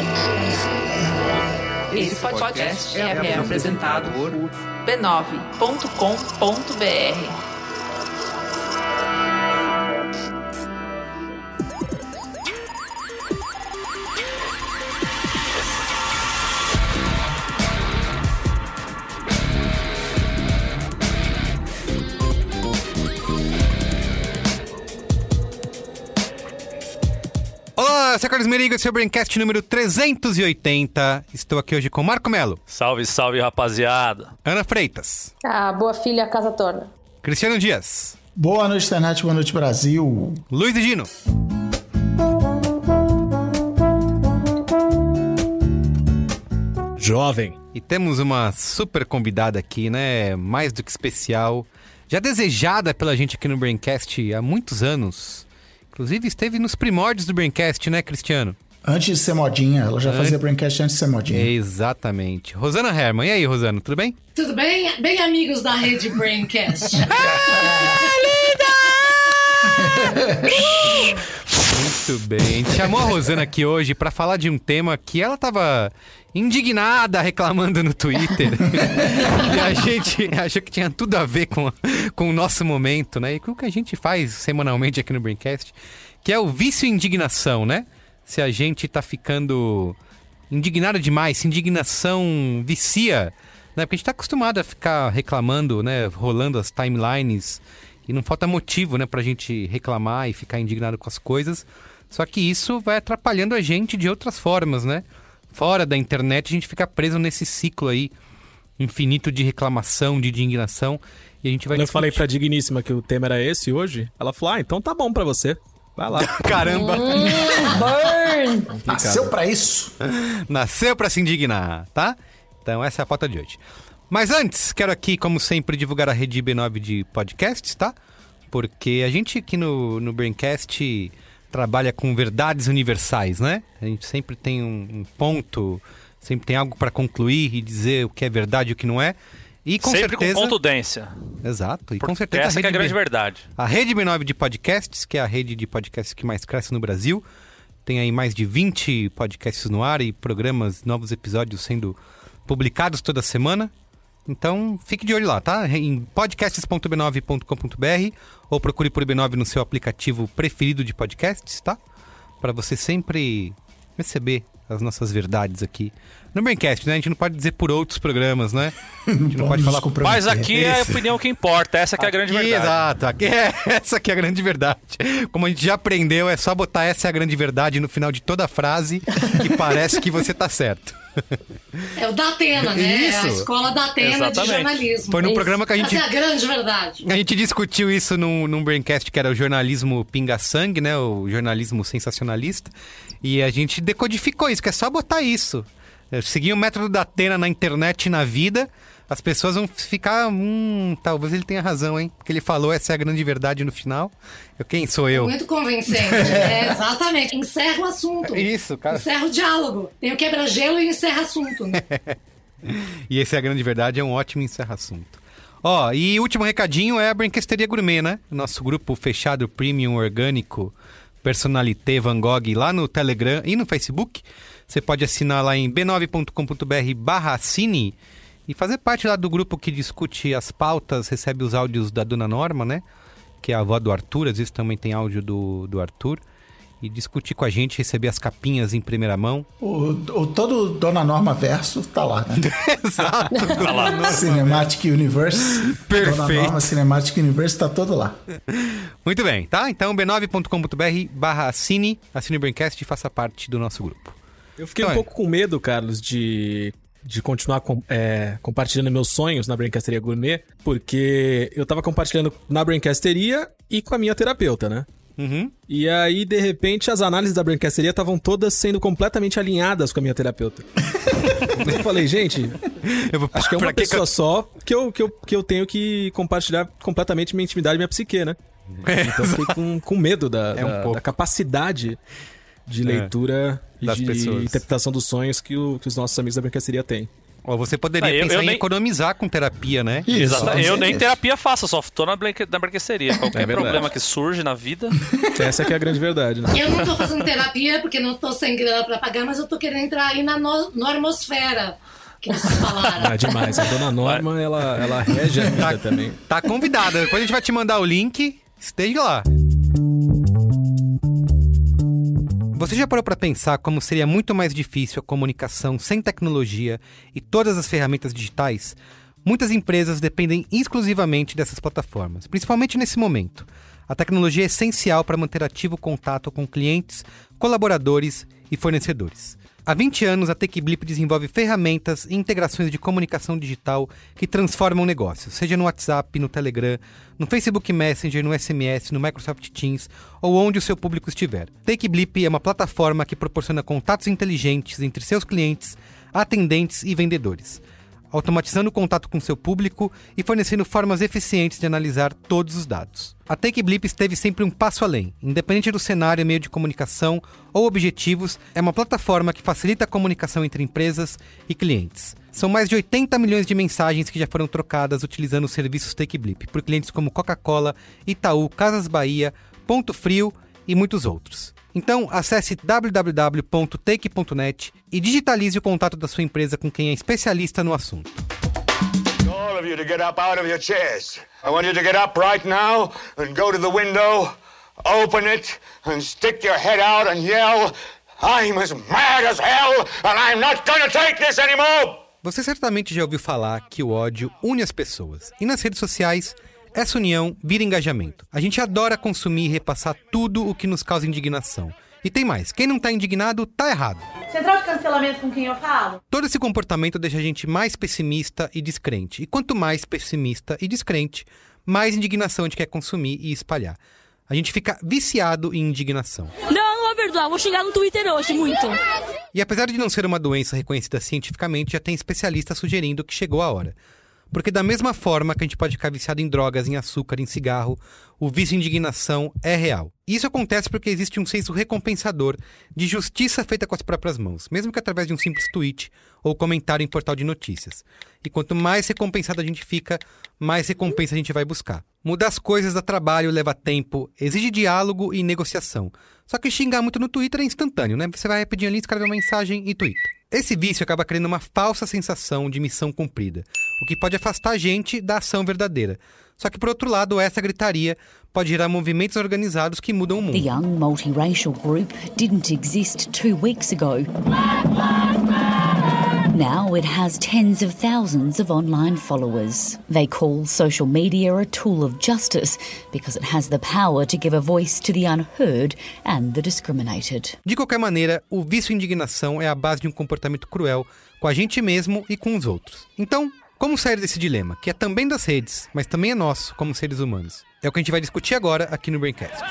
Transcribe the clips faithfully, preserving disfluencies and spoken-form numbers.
Esse podcast é apresentado por b nove ponto com ponto b r. Olá, eu sou Carlos Merigo, esse é o Braincast número trezentos e oitenta. Estou aqui hoje com Marco Melo. Salve, salve, rapaziada. Ana Freitas. Ah, boa filha, a casa torna. Cristiano Dias. Boa noite, internet, boa noite, Brasil. Luiz e Gino. Jovem. E temos uma super convidada aqui, né? Mais do que especial. Já desejada pela gente aqui no Braincast há muitos anos. Inclusive esteve nos primórdios do Braincast, né, Cristiano? Antes de ser modinha, ela já An... fazia Braincast antes de ser modinha. Exatamente. Rosana Herman, e aí, Rosana, tudo bem? Tudo bem? Bem amigos da rede Braincast. Muito bem. A gente chamou a Rosana aqui hoje para falar de um tema que ela tava indignada reclamando no Twitter. E a gente achou que tinha tudo a ver com, com o nosso momento, né? E com o que a gente faz semanalmente aqui no Braincast, que é o vício e indignação, né? Se a gente tá ficando indignado demais, se indignação vicia, né? Porque a gente tá acostumado a ficar reclamando, né? Rolando as timelines e não falta motivo, né? Pra gente reclamar e ficar indignado com as coisas. Só que isso vai atrapalhando a gente de outras formas, né? Fora da internet, a gente fica preso nesse ciclo aí infinito de reclamação, de indignação. E a gente vai Quando discutir. eu falei pra Digníssima que o tema era esse hoje, ela falou, ah, então tá bom pra você. Vai lá. Caramba! Burn! Nasceu pra isso. Nasceu pra se indignar, tá? Então essa é a pauta de hoje. Mas antes, quero aqui, como sempre, divulgar a rede B nove de podcasts, tá? Porque a gente aqui no, no Braincast trabalha com verdades universais, né? A gente sempre tem um, um ponto, sempre tem algo para concluir e dizer o que é verdade e o que não é. E com sempre certeza... com contundência. Exato. E Porque com certeza essa a que é a rede grande B... verdade. A rede B nove de podcasts, que é a rede de podcasts que mais cresce no Brasil, tem aí mais de vinte podcasts no ar e programas, novos episódios sendo publicados toda semana. Então, fique de olho lá, tá? Em podcasts ponto b nove ponto com ponto b r ou procure por B nove no seu aplicativo preferido de podcasts, tá? Para você sempre receber as nossas verdades aqui no Braincast, né? A gente não pode dizer por outros programas, né? A gente não pode falar... Mas aqui é a opinião que importa, essa que é a grande aqui, verdade. Exato, aqui é essa que é a grande verdade. Como a gente já aprendeu, é só botar essa é a grande verdade no final de toda a frase que parece que você tá certo. É o Datena, né? Isso. É a escola Datena Exatamente. de jornalismo. Foi no Isso. programa que a gente... Essa é a grande verdade. A gente discutiu isso num, num Braincast que era o jornalismo pinga-sangue, né? O jornalismo sensacionalista. E a gente decodificou isso, que é só botar isso. Seguir o método da Atena na internet e na vida, as pessoas vão ficar... Hum, talvez ele tenha razão, hein? Porque ele falou essa é a grande verdade no final. Eu, quem sou eu? Muito convincente. É, exatamente. Encerra o assunto. Isso, cara. Encerra o diálogo. Tem o quebra-gelo e encerra assunto. Né? E esse é a grande verdade, é um ótimo encerra-assunto. Ó, e o último recadinho é a Branquesteria Gourmet, né? Nosso grupo fechado, premium, orgânico, personalité, Van Gogh, lá no Telegram e no Facebook. Você pode assinar lá em b nove ponto com ponto b r barra assine e fazer parte lá do grupo que discute as pautas, recebe os áudios da Dona Norma, né? Que é a avó do Arthur, às vezes também tem áudio do, do Arthur. E discutir com a gente, receber as capinhas em primeira mão. O, o todo Dona Norma verso tá lá, né? Exato. Tá lá. Cinematic Universe. Perfeito. Dona Norma Cinematic Universe tá todo lá. Muito bem, tá? Então b nove ponto com ponto b r barra assine, assine o Braincast e faça parte do nosso grupo. Eu fiquei Então, um pouco com medo, Carlos, de, de continuar com, é, compartilhando meus sonhos na Braincasteria Gourmet, porque eu tava compartilhando na Braincasteria e com a minha terapeuta, né? Uhum. E aí, de repente, as análises da Braincasteria estavam todas sendo completamente alinhadas com a minha terapeuta. Eu falei, gente, Eu vou... acho que é uma pra que pessoa que eu... só que eu, que, eu, que eu tenho que compartilhar completamente minha intimidade e minha psique, né? É, Então eu fiquei com, com medo da, É um da, pouco. da capacidade de leitura das e de pessoas. interpretação dos sonhos que, o, que os nossos amigos da Braincasteria têm. Ou você poderia Não, eu- pensar eu em nem- economizar com terapia, né? Isso, Exatamente. Eu com nem certeza. terapia faço, só tô na, blanque, na branqueceria. Qualquer É verdade. problema que surge na vida. Essa que é a grande verdade, né? Eu não tô fazendo terapia porque não tô sem grana pra pagar, mas eu tô querendo entrar aí na no- normosfera que vocês falaram. Ah, demais. A dona Norma, ela, ela rege a vida também. Tá convidada. Depois a gente vai te mandar o link. Esteja lá. Você já parou para pensar como seria muito mais difícil a comunicação sem tecnologia e todas as ferramentas digitais? Muitas empresas dependem exclusivamente dessas plataformas, principalmente nesse momento. A tecnologia é essencial para manter ativo o contato com clientes, colaboradores e fornecedores. Há vinte anos, a TechBlip desenvolve ferramentas e integrações de comunicação digital que transformam negócios, seja no WhatsApp, no Telegram, no Facebook Messenger, no S M S, no Microsoft Teams ou onde o seu público estiver. TechBlip é uma plataforma que proporciona contatos inteligentes entre seus clientes, atendentes e vendedores, automatizando o contato com seu público e fornecendo formas eficientes de analisar todos os dados. A TechBlip esteve sempre um passo além. Independente do cenário, meio de comunicação ou objetivos, é uma plataforma que facilita a comunicação entre empresas e clientes. São mais de oitenta milhões de mensagens que já foram trocadas utilizando os serviços TechBlip por clientes como Coca-Cola, Itaú, Casas Bahia, Ponto Frio e muitos outros. Então, acesse w w w ponto take ponto net e digitalize o contato da sua empresa com quem é especialista no assunto. All of you to get up out of your chairs. I want you to get up right now and go to the window, open it, and stick your head out and yell, I'm as mad as hell and I'm not gonna take this anymore! Você certamente já ouviu falar que o ódio une as pessoas. E nas redes sociais, essa união vira engajamento. A gente adora consumir e repassar tudo o que nos causa indignação. E tem mais, quem não tá indignado, tá errado. Central de cancelamento com quem eu falo? Todo esse comportamento deixa a gente mais pessimista e descrente. E quanto mais pessimista e descrente, mais indignação a gente quer consumir e espalhar. A gente fica viciado em indignação. Não, não vou perdoar, vou xingar no Twitter hoje, muito. E apesar de não ser uma doença reconhecida cientificamente, já tem especialistas sugerindo que chegou a hora. Porque da mesma forma que a gente pode ficar viciado em drogas, em açúcar, em cigarro, o vício em indignação é real. E isso acontece porque existe um senso recompensador de justiça feita com as próprias mãos, mesmo que através de um simples tweet ou comentário em portal de notícias. E quanto mais recompensado a gente fica, mais recompensa a gente vai buscar. Mudar as coisas dá trabalho, leva tempo, exige diálogo e negociação. Só que xingar muito no Twitter é instantâneo, né? Você vai rapidinho ali, escreve uma mensagem e tweeta. Esse vício acaba criando uma falsa sensação de missão cumprida, o que pode afastar a gente da ação verdadeira. Só que, por outro lado, essa gritaria pode gerar movimentos organizados que mudam o mundo. The young multiracial group didn't exist two weeks ago. Now it has tens of thousands of online followers. They call social media a tool of justice because it has the power to give a voice to the unheard and the discriminated. De qualquer maneira, o vício em indignação é a base de um comportamento cruel com a gente mesmo e com os outros. Então, como sair desse dilema, que é também das redes, mas também é nosso como seres humanos? É o que a gente vai discutir agora aqui no Braincast.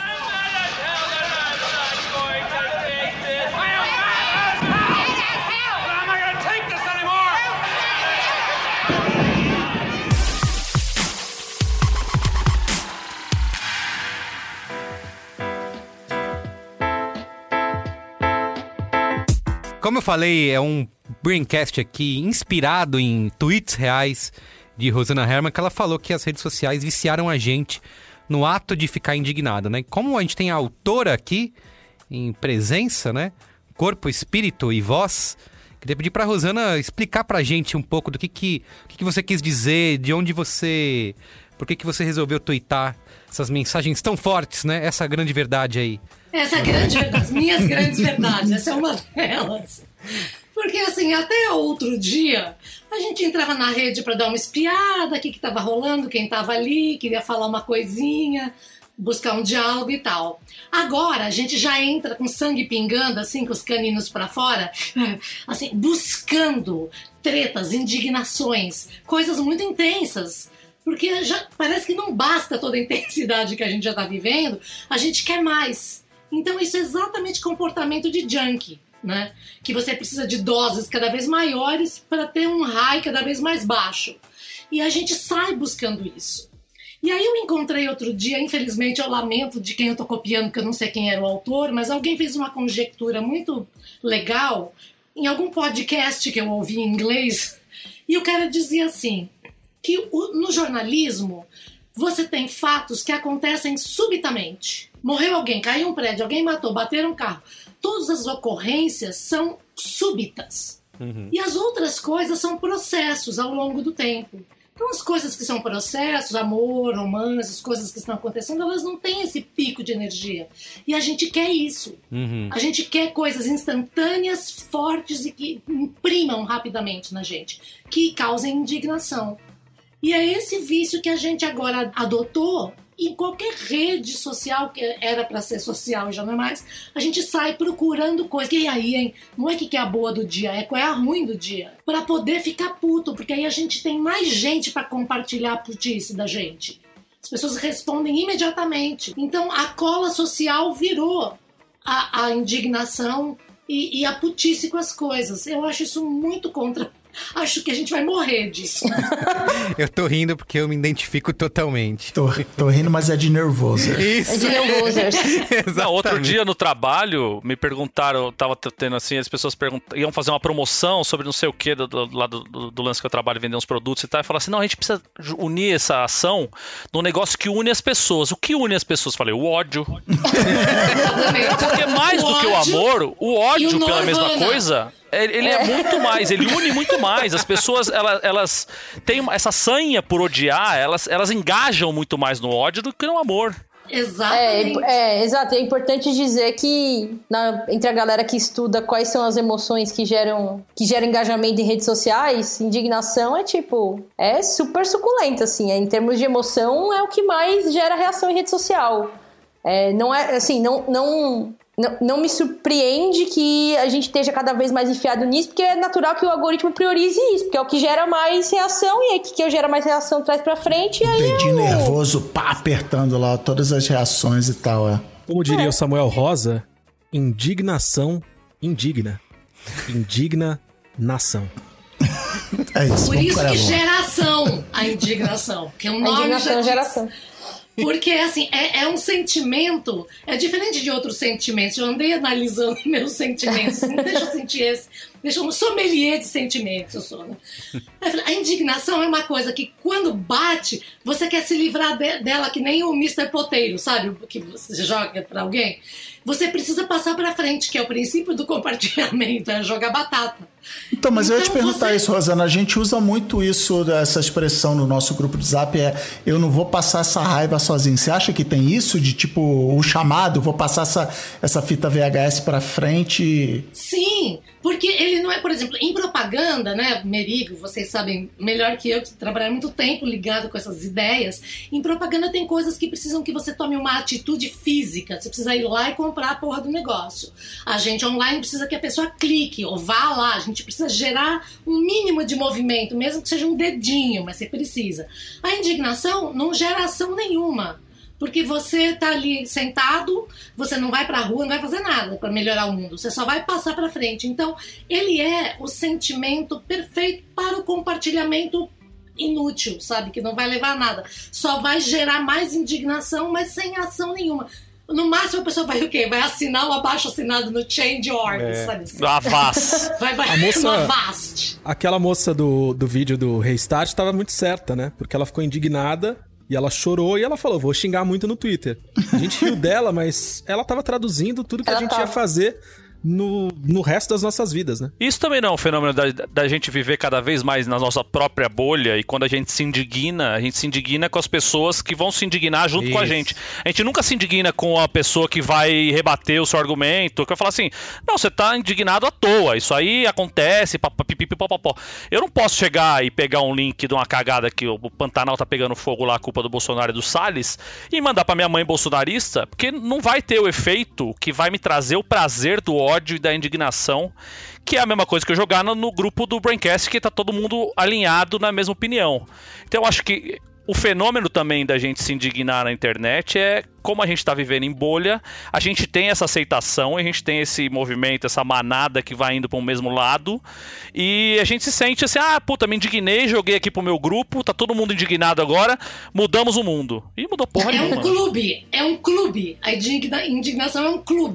Como eu falei, é um Braincast aqui inspirado em tweets reais de Rosana Herman, que ela falou que as redes sociais viciaram a gente no ato de ficar indignado, né? Como a gente tem a autora aqui em presença, né? Corpo, espírito e voz, queria pedir pra Rosana explicar pra gente um pouco do que que, que, que você quis dizer, de onde você... Por que que você resolveu twittar essas mensagens tão fortes, né? Essa grande verdade aí. Essa é a grande verdade, as minhas grandes verdades, essa é uma delas. Porque assim, até outro dia, a gente entrava na rede para dar uma espiada, o que estava rolando, quem estava ali, queria falar uma coisinha, buscar um diálogo e tal. Agora a gente já entra com sangue pingando, assim, com os caninos para fora, assim, buscando tretas, indignações, coisas muito intensas. Porque já parece que não basta toda a intensidade que a gente já está vivendo, a gente quer mais. Então isso é exatamente comportamento de junkie, né? Que você precisa de doses cada vez maiores para ter um high cada vez mais baixo. E a gente sai buscando isso. E aí eu encontrei outro dia, infelizmente eu lamento de quem eu estou copiando, porque eu não sei quem era o autor, mas alguém fez uma conjectura muito legal em algum podcast que eu ouvi em inglês, E o cara dizia assim, que o, no jornalismo você tem fatos que acontecem subitamente. Morreu alguém, caiu um prédio, alguém matou, bateram um carro. Todas as ocorrências são súbitas. Uhum. E as outras coisas são processos ao longo do tempo. Então as coisas que são processos, amor, romance, as coisas que estão acontecendo, elas não têm esse pico de energia. E a gente quer isso. Uhum. A gente quer coisas instantâneas, fortes e que imprimam rapidamente na gente, que causem indignação. E é esse vício que a gente agora adotou em qualquer rede social, que era para ser social e já não é mais, a gente sai procurando coisa. E aí, hein? Não é que é a boa do dia, é qual é a ruim do dia. Para poder ficar puto, porque aí a gente tem mais gente para compartilhar a putice da gente. As pessoas respondem imediatamente. Então a cola social virou a, a indignação e, e a putice com as coisas. Eu acho isso muito contra... Acho que a gente vai morrer disso. Eu tô rindo porque eu me identifico totalmente. Tô, tô rindo, mas é de nervoso. Isso. É de nervosers. Não, outro dia no trabalho, me perguntaram, eu tava tendo assim, as pessoas pergunt... iam fazer uma promoção sobre não sei o que, do, do, lá do, do, do lance que eu trabalho, vender uns produtos e tal, e falaram assim, não, a gente precisa unir essa ação num negócio que une as pessoas. O que une as pessoas? Falei, o ódio. Porque mais do que o amor, o ódio pela mesma coisa... Ele é. é muito mais, ele une muito mais. As pessoas, elas, elas têm essa sanha por odiar, elas, elas engajam muito mais no ódio do que no amor. Exatamente. É, é, exato. É importante dizer que na, entre a galera que estuda quais são as emoções que geram, que geram engajamento em redes sociais, indignação é tipo, é super suculenta, assim. É, em termos de emoção, é o que mais gera reação em rede social. É, não é, assim, não... não Não, não me surpreende que a gente esteja cada vez mais enfiado nisso, porque é natural que o algoritmo priorize isso, porque é o que gera mais reação, e aí o que gera mais reação traz pra frente, e aí dedinho eu... nervoso, pá, apertando lá todas as reações e tal, é. Como diria é. o Samuel Rosa, indignação indigna. Indigna nação. É isso. Por isso que gera ação, a indignação. Que é um a nome indignação já geração. Porque, assim, é, é um sentimento... É diferente de outros sentimentos. Eu andei analisando meus sentimentos. Assim, deixa eu sentir esse... Deixa eu um sommelier de sentimentos, eu sou, né? A indignação é uma coisa que, quando bate, você quer se livrar de, dela, que nem o mister Poteiro, sabe? Que você joga pra alguém. Você precisa passar pra frente, que é o princípio do compartilhamento, é jogar batata. Então, mas então, eu ia te perguntar você... isso, Rosana. A gente usa muito isso, essa expressão no nosso grupo de Zap, é eu não vou passar essa raiva sozinho. Você acha que tem isso de, tipo, o chamado, vou passar essa, essa fita V H S pra frente? Sim, porque ele não é, por exemplo, em propaganda, né, Merigo, vocês sabem melhor que eu, que trabalhei muito tempo ligado com essas ideias, em propaganda tem coisas que precisam que você tome uma atitude física, você precisa ir lá e comprar a porra do negócio. A gente online precisa que a pessoa clique ou vá lá, a gente precisa gerar um mínimo de movimento, mesmo que seja um dedinho, mas você precisa. A indignação não gera ação nenhuma. Porque você tá ali sentado, você não vai pra rua, não vai fazer nada pra melhorar o mundo. Você só vai passar pra frente. Então, ele é o sentimento perfeito para o compartilhamento inútil, sabe? Que não vai levar a nada. Só vai gerar mais indignação, mas sem ação nenhuma. No máximo, a pessoa vai o quê? Vai assinar um abaixo-assinado no change ponto org, é. sabe? Assim? Avast. Vai, vai a moça, no Avast. Aquela moça do, do vídeo do Restart estava muito certa, né? Porque ela ficou indignada. E ela chorou e ela falou, vou xingar muito no Twitter. A gente riu dela, mas ela tava traduzindo tudo que ela a gente tava. ia fazer no, no resto das nossas vidas, né? Isso também não é um fenômeno da, da gente viver cada vez mais na nossa própria bolha, e quando a gente se indigna, a gente se indigna com as pessoas que vão se indignar junto Isso. com a gente. A gente nunca se indigna com a pessoa que vai rebater o seu argumento, que vai falar assim, não, você tá indignado à toa, isso aí acontece, papapipipopopó. Eu não posso chegar e pegar um link de uma cagada que o Pantanal tá pegando fogo lá, a culpa do Bolsonaro e do Salles, e mandar pra minha mãe bolsonarista, porque não vai ter o efeito que vai me trazer o prazer do ódio ódio e da indignação, que é a mesma coisa que eu jogar no, no grupo do Braincast, que tá todo mundo alinhado na mesma opinião. Então eu acho que o fenômeno também da gente se indignar na internet é como a gente tá vivendo em bolha, a gente tem essa aceitação, a gente tem esse movimento, essa manada que vai indo para o mesmo lado, e a gente se sente assim, ah, puta, me indignei, joguei aqui pro meu grupo, tá todo mundo indignado agora, mudamos o mundo. E mudou porra é nenhuma. É um clube, é um clube. A indigna- indignação é um clube.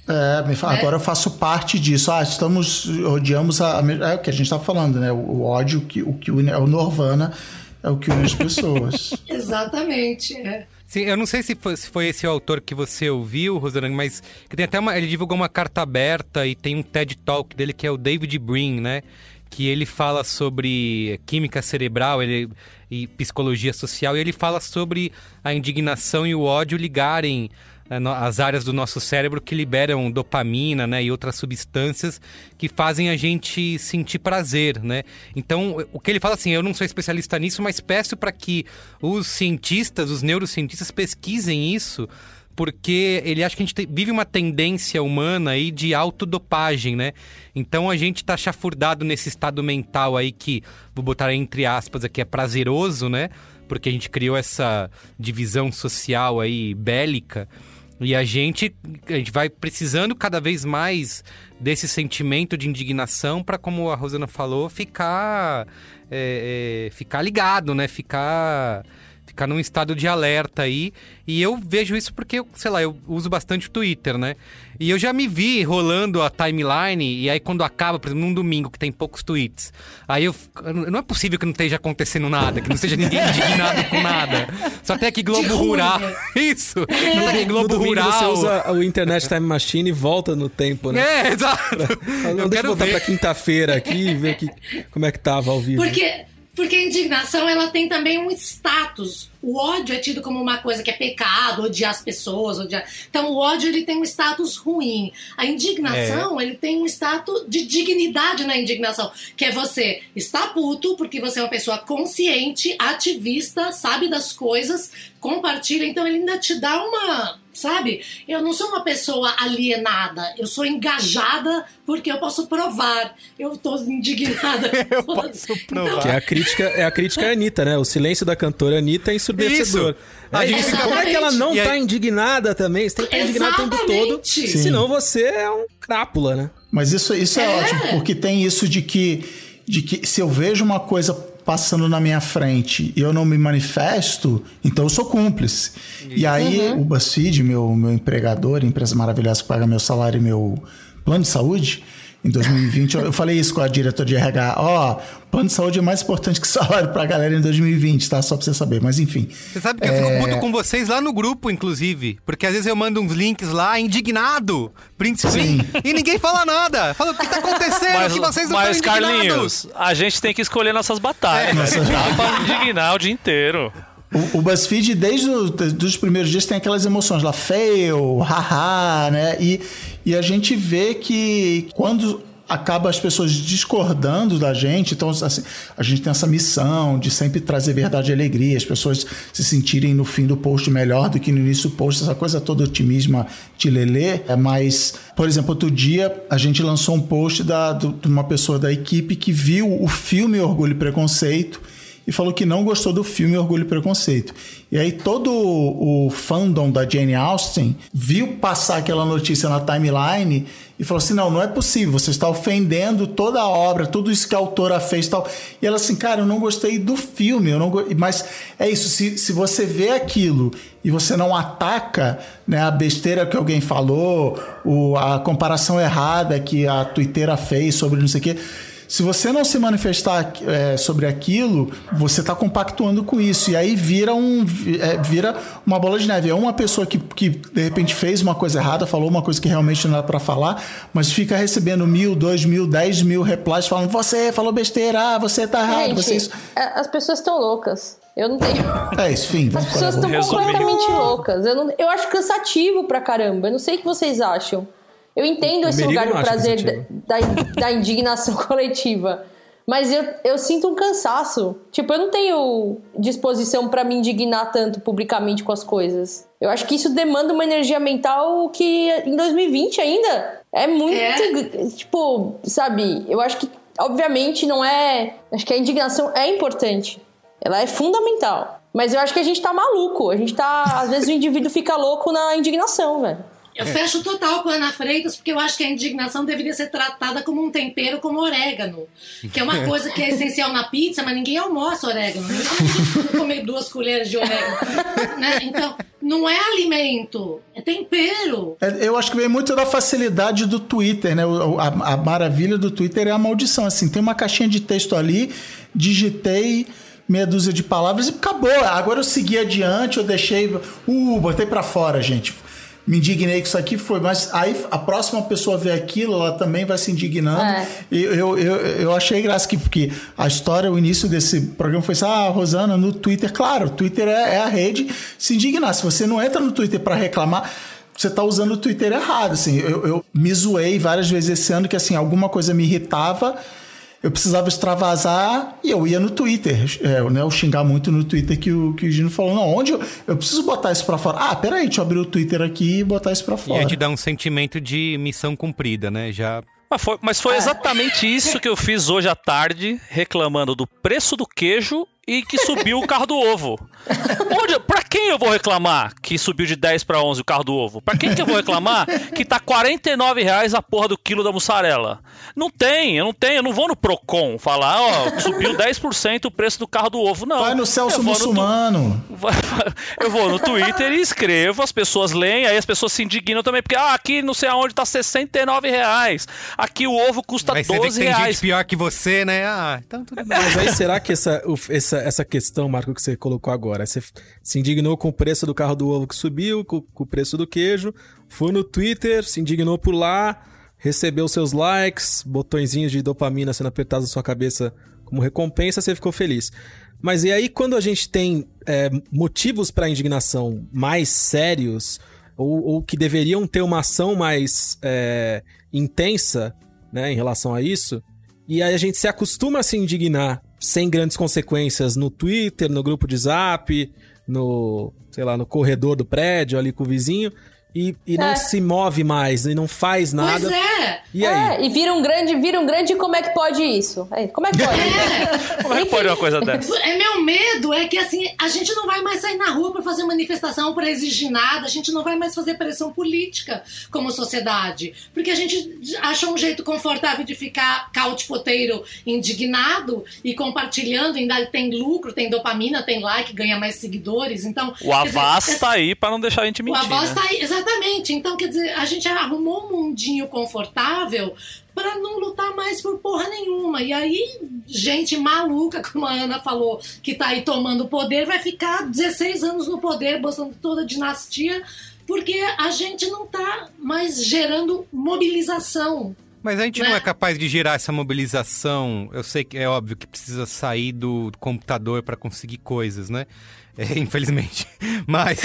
É, me fala, É. agora eu faço parte disso. Ah, estamos, odiamos a... a- é o que a gente estava falando, né? O, o ódio, que, o que une, é o Nirvana, é o que une as pessoas. Exatamente, é. Sim, eu não sei se foi, se foi esse o autor que você ouviu, Rosane, mas que tem até uma, ele divulgou uma carta aberta e tem um TED Talk dele que é o David Brin, né? Que ele fala sobre química cerebral ele, e psicologia social, e ele fala sobre a indignação e o ódio ligarem é, no, as áreas do nosso cérebro que liberam dopamina, né, e outras substâncias que fazem a gente sentir prazer, né? Então, o que ele fala assim, eu não sou especialista nisso, mas peço para que os cientistas, os neurocientistas pesquisem isso, porque ele acha que a gente te- vive uma tendência humana aí de autodopagem, né? Então a gente tá chafurdado nesse estado mental aí que, vou botar entre aspas aqui, é prazeroso, né? Porque a gente criou essa divisão social aí bélica. E a gente, a gente vai precisando cada vez mais desse sentimento de indignação para, como a Rosana falou, ficar, é, é, ficar ligado, né? Ficar... Ficar num estado de alerta aí. E eu vejo isso porque, eu, sei lá, eu uso bastante o Twitter, né? E eu já me vi rolando a timeline, e aí quando acaba, por exemplo, num domingo que tem poucos tweets, aí eu... Não é possível que não esteja acontecendo nada, que não seja ninguém indignado com nada. Só tem aqui Globo Rural. Isso! Só tem aqui Globo No domingo Rural. você usa o Internet Time Machine e volta no tempo, né? É, exato! Não, Eu deixa eu quero voltar ver. pra quinta-feira aqui e ver que, como é que tava ao vivo. Porque, porque a indignação, ela tem também um status. O ódio é tido como uma coisa que é pecado, odiar as pessoas, odiar... Então o ódio, ele tem um status ruim. A indignação, ele tem um status de dignidade na indignação, que é você estar puto porque você é uma pessoa consciente, ativista, sabe das coisas, compartilha, então ele ainda te dá uma... Sabe? Eu não sou uma pessoa alienada, eu sou engajada porque eu posso provar. Eu tô indignada. Eu posso provar. Que é a crítica, é a crítica à Anitta, né? O silêncio da cantora Anitta é ensurdecedor. Isso. A É gente isso. fica- Como é que ela não E aí- tá indignada também? Você tem que estar indignado o tempo todo. Exatamente. Sim. Senão você é um crápula, né? Mas isso, isso é, É. ótimo, porque tem isso de que, de que se eu vejo uma coisa passando na minha frente e eu não me manifesto, então eu sou cúmplice. E aí o BuzzFeed, meu, meu empregador, empresa maravilhosa que paga meu salário e meu plano de saúde, em dois mil e vinte, eu, eu falei isso com a diretora de R H, ó, plano de saúde é mais importante que salário pra galera em dois mil e vinte, tá? Só pra você saber, mas enfim. Você sabe que eu fico puto com vocês lá no grupo, inclusive. Porque às vezes eu mando uns links lá, indignado, print screen, e ninguém fala nada. Fala o que tá acontecendo, Mas, que vocês não mas estão indignados. Carlinhos, a gente tem que escolher nossas batalhas. É. Né? Não dá pra indignar o dia inteiro. O, o BuzzFeed, desde o, dos primeiros dias, tem aquelas emoções lá, fail, haha, né? E, e a gente vê que quando acaba as pessoas discordando da gente, então assim, a gente tem essa missão de sempre trazer verdade e alegria, as pessoas se sentirem no fim do post melhor do que no início do post, essa coisa toda otimismo de lelê, é mais... Por exemplo, outro dia a gente lançou um post da, do, de uma pessoa da equipe que viu o filme Orgulho e Preconceito e falou que não gostou do filme Orgulho e Preconceito. E aí todo o, o fandom da Jane Austen viu passar aquela notícia na timeline e falou assim, não, não é possível, você está ofendendo toda a obra, tudo isso que a autora fez e tal. E ela assim, cara, eu não gostei do filme, eu não go... mas é isso, se, se você vê aquilo e você não ataca, né, a besteira que alguém falou, o, a comparação errada que a twitteira fez sobre não sei o quê, se você não se manifestar é, sobre aquilo, você está compactuando com isso. E aí vira, um, é, vira uma bola de neve. É uma pessoa que, que, de repente, fez uma coisa errada, falou uma coisa que realmente não era para falar, mas fica recebendo mil, dois mil, dez mil replies falando você falou besteira, ah, você tá errado. Gente, você isso... as pessoas estão loucas. Eu não tenho... É isso, fim. As pessoas estão completamente loucas. Eu, não... eu acho cansativo pra caramba. Eu não sei o que vocês acham. Eu entendo O esse Merigo lugar do não acha prazer da, da, da indignação coletiva. Mas eu, eu sinto um cansaço. Tipo, eu não tenho disposição pra me indignar tanto publicamente com as coisas. Eu acho que isso demanda uma energia mental que em dois mil e vinte ainda é muito... É. Tipo, sabe? Eu acho que, obviamente, não é... Acho que a indignação é importante. Ela é fundamental. Mas eu acho que a gente tá maluco. A gente tá... Às vezes o indivíduo fica louco na indignação, velho. Eu fecho total com a Ana Freitas, porque eu acho que a indignação deveria ser tratada como um tempero, como orégano. Que é uma coisa que é essencial na pizza, mas ninguém almoça orégano. Ninguém come duas colheres de orégano. Né? Então, não é alimento, é tempero. Eu acho que vem muito da facilidade do Twitter, né? A, a maravilha do Twitter é a maldição. Assim, tem uma caixinha de texto ali, digitei meia dúzia de palavras e acabou. Agora eu segui adiante, eu deixei... Uh, botei pra fora, gente. Me indignei com isso aqui, foi, mas aí a próxima pessoa vê aquilo, ela também vai se indignando. É. E eu, eu, eu achei graça que, porque a história, o início desse programa foi assim, ah, Rosana, no Twitter, claro, o Twitter é, é a rede se indignar. Se você não entra no Twitter para reclamar, você tá usando o Twitter errado, assim. Eu, eu me zoei várias vezes esse ano que, assim, alguma coisa me irritava, eu precisava extravasar e eu ia no Twitter. É, né, eu xingar muito no Twitter que o, que o Gino falou. Não, onde eu, eu preciso botar isso pra fora? Ah, peraí, deixa eu abrir o Twitter aqui e botar isso pra fora. E é de dar um sentimento de missão cumprida, né? Já... Mas foi, mas foi exatamente isso que eu fiz hoje à tarde, reclamando do preço do queijo e que subiu o carro do ovo. Onde, pra quem eu vou reclamar que subiu de dez para onze o carro do ovo? Pra quem que eu vou reclamar que tá quarenta e nove reais a porra do quilo da mussarela? Não tem, eu não tenho, eu não vou no Procon falar, ó, subiu dez por cento o preço do carro do ovo, não. Vai no Celso Muçulmano. Tu... Eu vou no Twitter e escrevo, as pessoas leem, aí as pessoas se indignam também, porque ah, aqui não sei aonde tá sessenta e nove reais, aqui o ovo custa aí doze você vê que tem reais. gente pior que você, né? Ah, então tudo bem. Mas aí será que essa, essa, essa questão, Marco, que você colocou agora, você se indignou com o preço do carro do ovo que subiu, com, com o preço do queijo, foi no Twitter, se indignou por lá, recebeu seus likes, botõezinhos de dopamina sendo apertados na sua cabeça como recompensa, você ficou feliz. Mas e aí quando a gente tem é, motivos para indignação mais sérios, ou, ou que deveriam ter uma ação mais é, intensa, né, em relação a isso, e aí a gente se acostuma a se indignar sem grandes consequências no Twitter, no grupo de Zap, no, sei lá, no corredor do prédio ali com o vizinho, e, e não é. se move mais, e não faz nada. Pois é! E aí? É, e vira um grande, vira um grande, como é que pode isso? É, como é que pode? É. Como é que pode uma coisa dessa? É, meu medo é que, assim, a gente não vai mais sair na rua pra fazer manifestação, pra exigir nada, a gente não vai mais fazer pressão política como sociedade, porque a gente acha um jeito confortável de ficar couch potato indignado e compartilhando, ainda tem lucro, tem dopamina, tem like, ganha mais seguidores, então... O Avaz tá aí pra não deixar a gente mentir. O Avaz né? tá aí, exatamente. Exatamente, então quer dizer, a gente arrumou um mundinho confortável para não lutar mais por porra nenhuma. E aí, gente maluca, como a Ana falou, que tá aí tomando poder, vai ficar dezesseis anos no poder, botando toda a dinastia, porque a gente não tá mais gerando mobilização. Mas a gente né? não é capaz de gerar essa mobilização. Eu sei que é óbvio que precisa sair do computador para conseguir coisas, né? É, infelizmente. Mas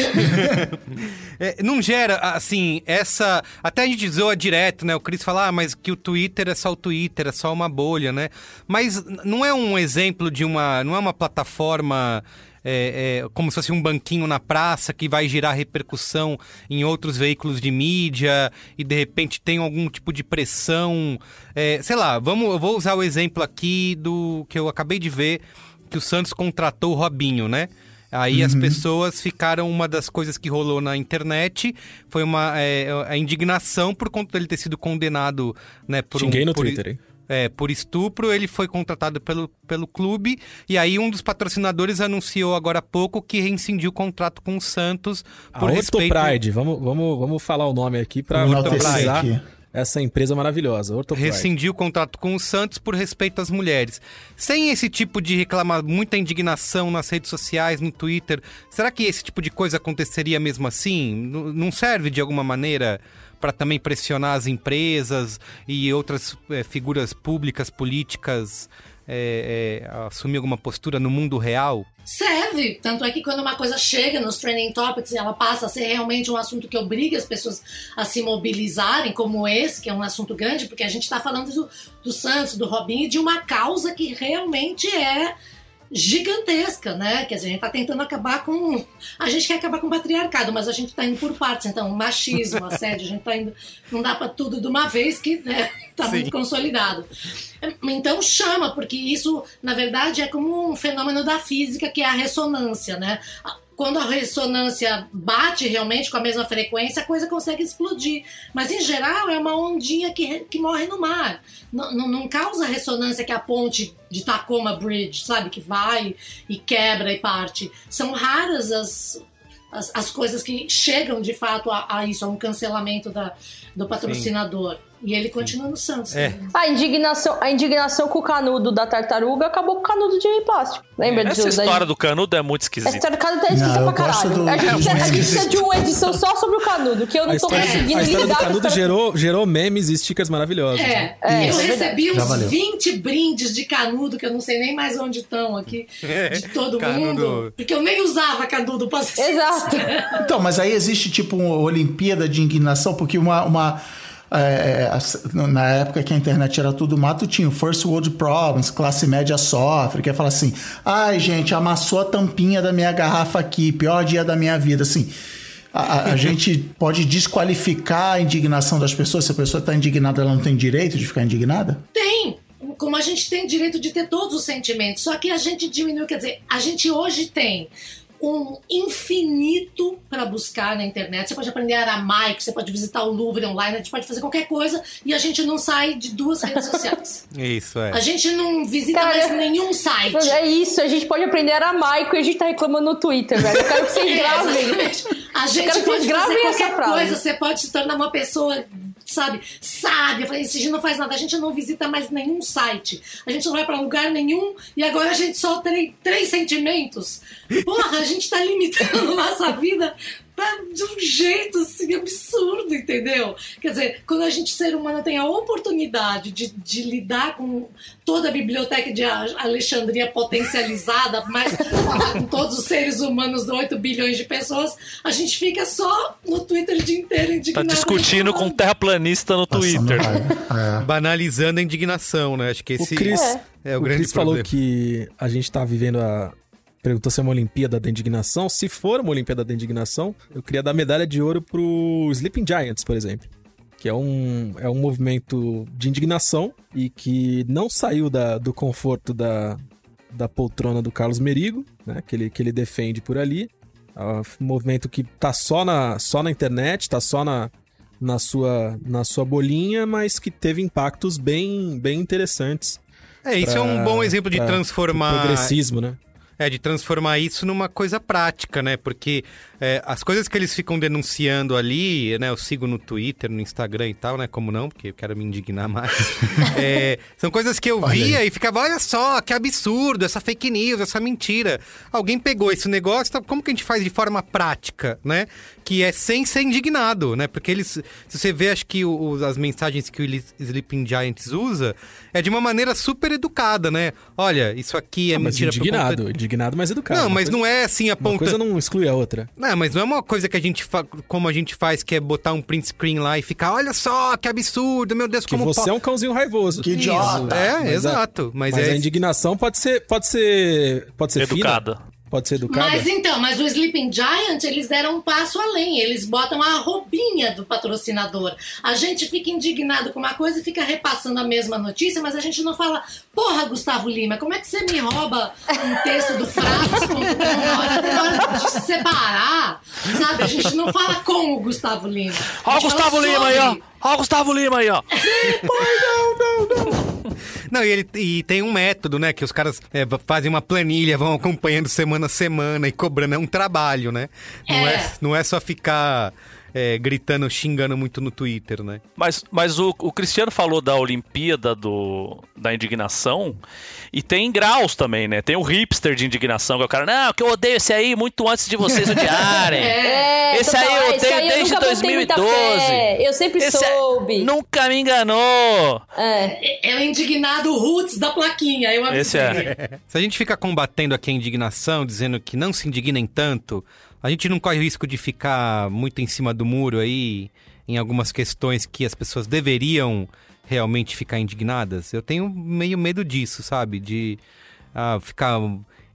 é, não gera, assim, essa... Até a gente zoa direto, né? O Cris fala, ah, mas que o Twitter é só o Twitter, é só uma bolha, né? Mas não é um exemplo de uma... Não é uma plataforma... É, é, como se fosse um banquinho na praça que vai gerar repercussão em outros veículos de mídia e de repente tem algum tipo de pressão. É, sei lá, vamos, eu vou usar o exemplo aqui do que eu acabei de ver, que o Santos contratou o Robinho, né? Aí uhum. as pessoas ficaram, uma das coisas que rolou na internet foi uma, é, a indignação por conta dele ter sido condenado, né, por Xinguei um... no por, Twitter, hein? É, por estupro, ele foi contratado pelo, pelo clube, e aí um dos patrocinadores anunciou agora há pouco que rescindiu o contrato com o Santos por a respeito... Orthopride, vamos, vamos, vamos falar o nome aqui para valorizar essa empresa maravilhosa, Orthopride. Rescindiu o contrato com o Santos por respeito às mulheres. Sem esse tipo de reclamar, muita indignação nas redes sociais, no Twitter, será que esse tipo de coisa aconteceria mesmo assim? Não serve de alguma maneira para também pressionar as empresas e outras é, figuras públicas, políticas, é, é, assumir alguma postura no mundo real? Serve, tanto é que quando uma coisa chega nos trending topics e ela passa a ser realmente um assunto que obriga as pessoas a se mobilizarem, como esse, que é um assunto grande, porque a gente está falando do, do Santos, do Robinho, de uma causa que realmente é gigantesca, né? Quer dizer, a gente tá tentando acabar com... A gente quer acabar com o patriarcado, mas a gente tá indo por partes. Então, machismo, assédio, a gente tá indo... Não dá pra tudo de uma vez, que né, tá Sim. muito consolidado. Então, chama, porque isso, na verdade, é como um fenômeno da física, que é a ressonância, né? quando a ressonância bate realmente com a mesma frequência, a coisa consegue explodir. Mas, em geral, é uma ondinha que, que morre no mar. Não, não, não causa ressonância que a ponte de Tacoma Bridge, sabe? Que vai e quebra e parte. São raras as, as, as coisas que chegam, de fato, a, a isso, a um cancelamento da, do patrocinador. Sim. E ele continua no Santos. É. Né? A indignação, a indignação com o canudo da tartaruga acabou com o canudo de plástico. Lembra Essa disso? história da... do canudo é muito esquisita. Essa história do canudo é esquisita pra caralho. Do... A gente, precisa, a gente precisa de uma edição só sobre o canudo, que eu não a tô história, conseguindo A história do lidar canudo com... gerou, gerou memes e stickers maravilhosos. É, é eu é recebi uns vinte brindes de canudo, que eu não sei nem mais onde estão aqui, de todo mundo. Porque eu nem usava canudo pra ser. Exato. Então, mas aí existe tipo uma Olimpíada de indignação, porque uma... uma... É, na época que a internet era tudo mato, tinha o First World Problems, classe média sofre, que é falar assim, ai gente, amassou a tampinha da minha garrafa aqui, pior dia da minha vida, assim, a, a gente pode desqualificar a indignação das pessoas, se a pessoa está indignada, ela não tem direito de ficar indignada? Tem, como a gente tem direito de ter todos os sentimentos, só que a gente diminuiu, quer dizer, a gente hoje tem um infinito para buscar na internet. Você pode aprender aramaico, você pode visitar o Louvre online, a gente pode fazer qualquer coisa e a gente não sai de duas redes sociais. Isso, é. A gente não visita Cara, mais nenhum site. É isso, a gente pode aprender aramaico e a gente tá reclamando no Twitter, velho. Eu quero que vocês gravem. É, a gente pode fazer qualquer coisa, você pode se tornar uma pessoa... sabe, sábia, esse gente não faz nada, a gente não visita mais nenhum site, a gente não vai pra lugar nenhum e agora a gente só tem três sentimentos. Porra, a gente tá limitando nossa vida de um jeito assim absurdo, entendeu? Quer dizer, quando a gente, ser humano, tem a oportunidade de, de lidar com toda a biblioteca de Alexandria potencializada, mas falar com todos os seres humanos de oito bilhões de pessoas, a gente fica só no Twitter o dia inteiro indignado. Tá discutindo com um terraplanista no Twitter. É. Banalizando a indignação, né? Acho que esse o Chris, é, é o, o grande Chris problema. falou que a gente tá vivendo a... Perguntou se é uma Olimpíada da Indignação. Se for uma Olimpíada da Indignação, eu queria dar medalha de ouro pro Sleeping Giants, por exemplo. Que é um, é um movimento de indignação e que não saiu da, do conforto da, da poltrona do Carlos Merigo, né, que, ele, que ele defende por ali. É um movimento que tá só na, só na internet, tá só na, na, sua, na sua bolinha, mas que teve impactos bem, bem interessantes. É, isso pra, é um bom exemplo de transformar... progressismo, né? É, de transformar isso numa coisa prática, né? Porque é, as coisas que eles ficam denunciando ali, né? Eu sigo no Twitter, no Instagram e tal, né? Como não? Porque eu quero me indignar mais. é, são coisas que eu via e ficava, olha só, que absurdo, essa fake news, essa mentira. Alguém pegou esse negócio, então como que a gente faz de forma prática, né? Que é sem ser indignado, né? Porque eles, se você vê, acho que o, as mensagens que o Sleeping Giants usa, é de uma maneira super educada, né? Olha, isso aqui é ah, mas mentira. Indignado, conta... indignado, mas educado. Não, mas coisa... não é assim a ponta... Uma coisa não exclui a outra. Não, mas não é uma coisa que a gente fa... como a gente faz, que é botar um print screen lá e ficar, olha só, que absurdo, meu Deus, que como... você po... é um cãozinho raivoso. Que idiota. É, mas exato. A... Mas, mas é... a indignação pode ser, pode ser, pode ser educada. Fina. Pode ser educada. Mas então, mas o Sleeping Giant, eles deram um passo além. Eles botam a roupinha do patrocinador. A gente fica indignado com uma coisa e fica repassando a mesma notícia, mas a gente não fala, porra, Gustavo Lima, como é que você me rouba um texto do Fratos na hora, na hora de separar? Sabe? A gente não fala com o Gustavo Lima. Ó o Gustavo Lima sobre... aí, ó. Ó o Gustavo Lima aí, ó. não, não, não. Não, e, ele, e tem um método, né? Que os caras é, fazem uma planilha, vão acompanhando semana a semana e cobrando. É um trabalho, né? Não é, é, não é só ficar é, gritando, xingando muito no Twitter, né? Mas, mas o, o Cristiano falou da Olimpíada do, da indignação e tem graus também, né? Tem o hipster de indignação, que é o cara, não, que eu odeio esse aí muito antes de vocês odiarem. É, esse aí eu odeio aí desde eu dois mil e doze. Eu sempre esse soube. Nunca me enganou. É. É o indignado roots da plaquinha. Eu esse é. Se a gente fica combatendo aqui a indignação, dizendo que não se indignem tanto, a gente não corre o risco de ficar muito em cima do muro aí, em algumas questões que as pessoas deveriam realmente ficar indignadas? Eu tenho meio medo disso, sabe? De ah, ficar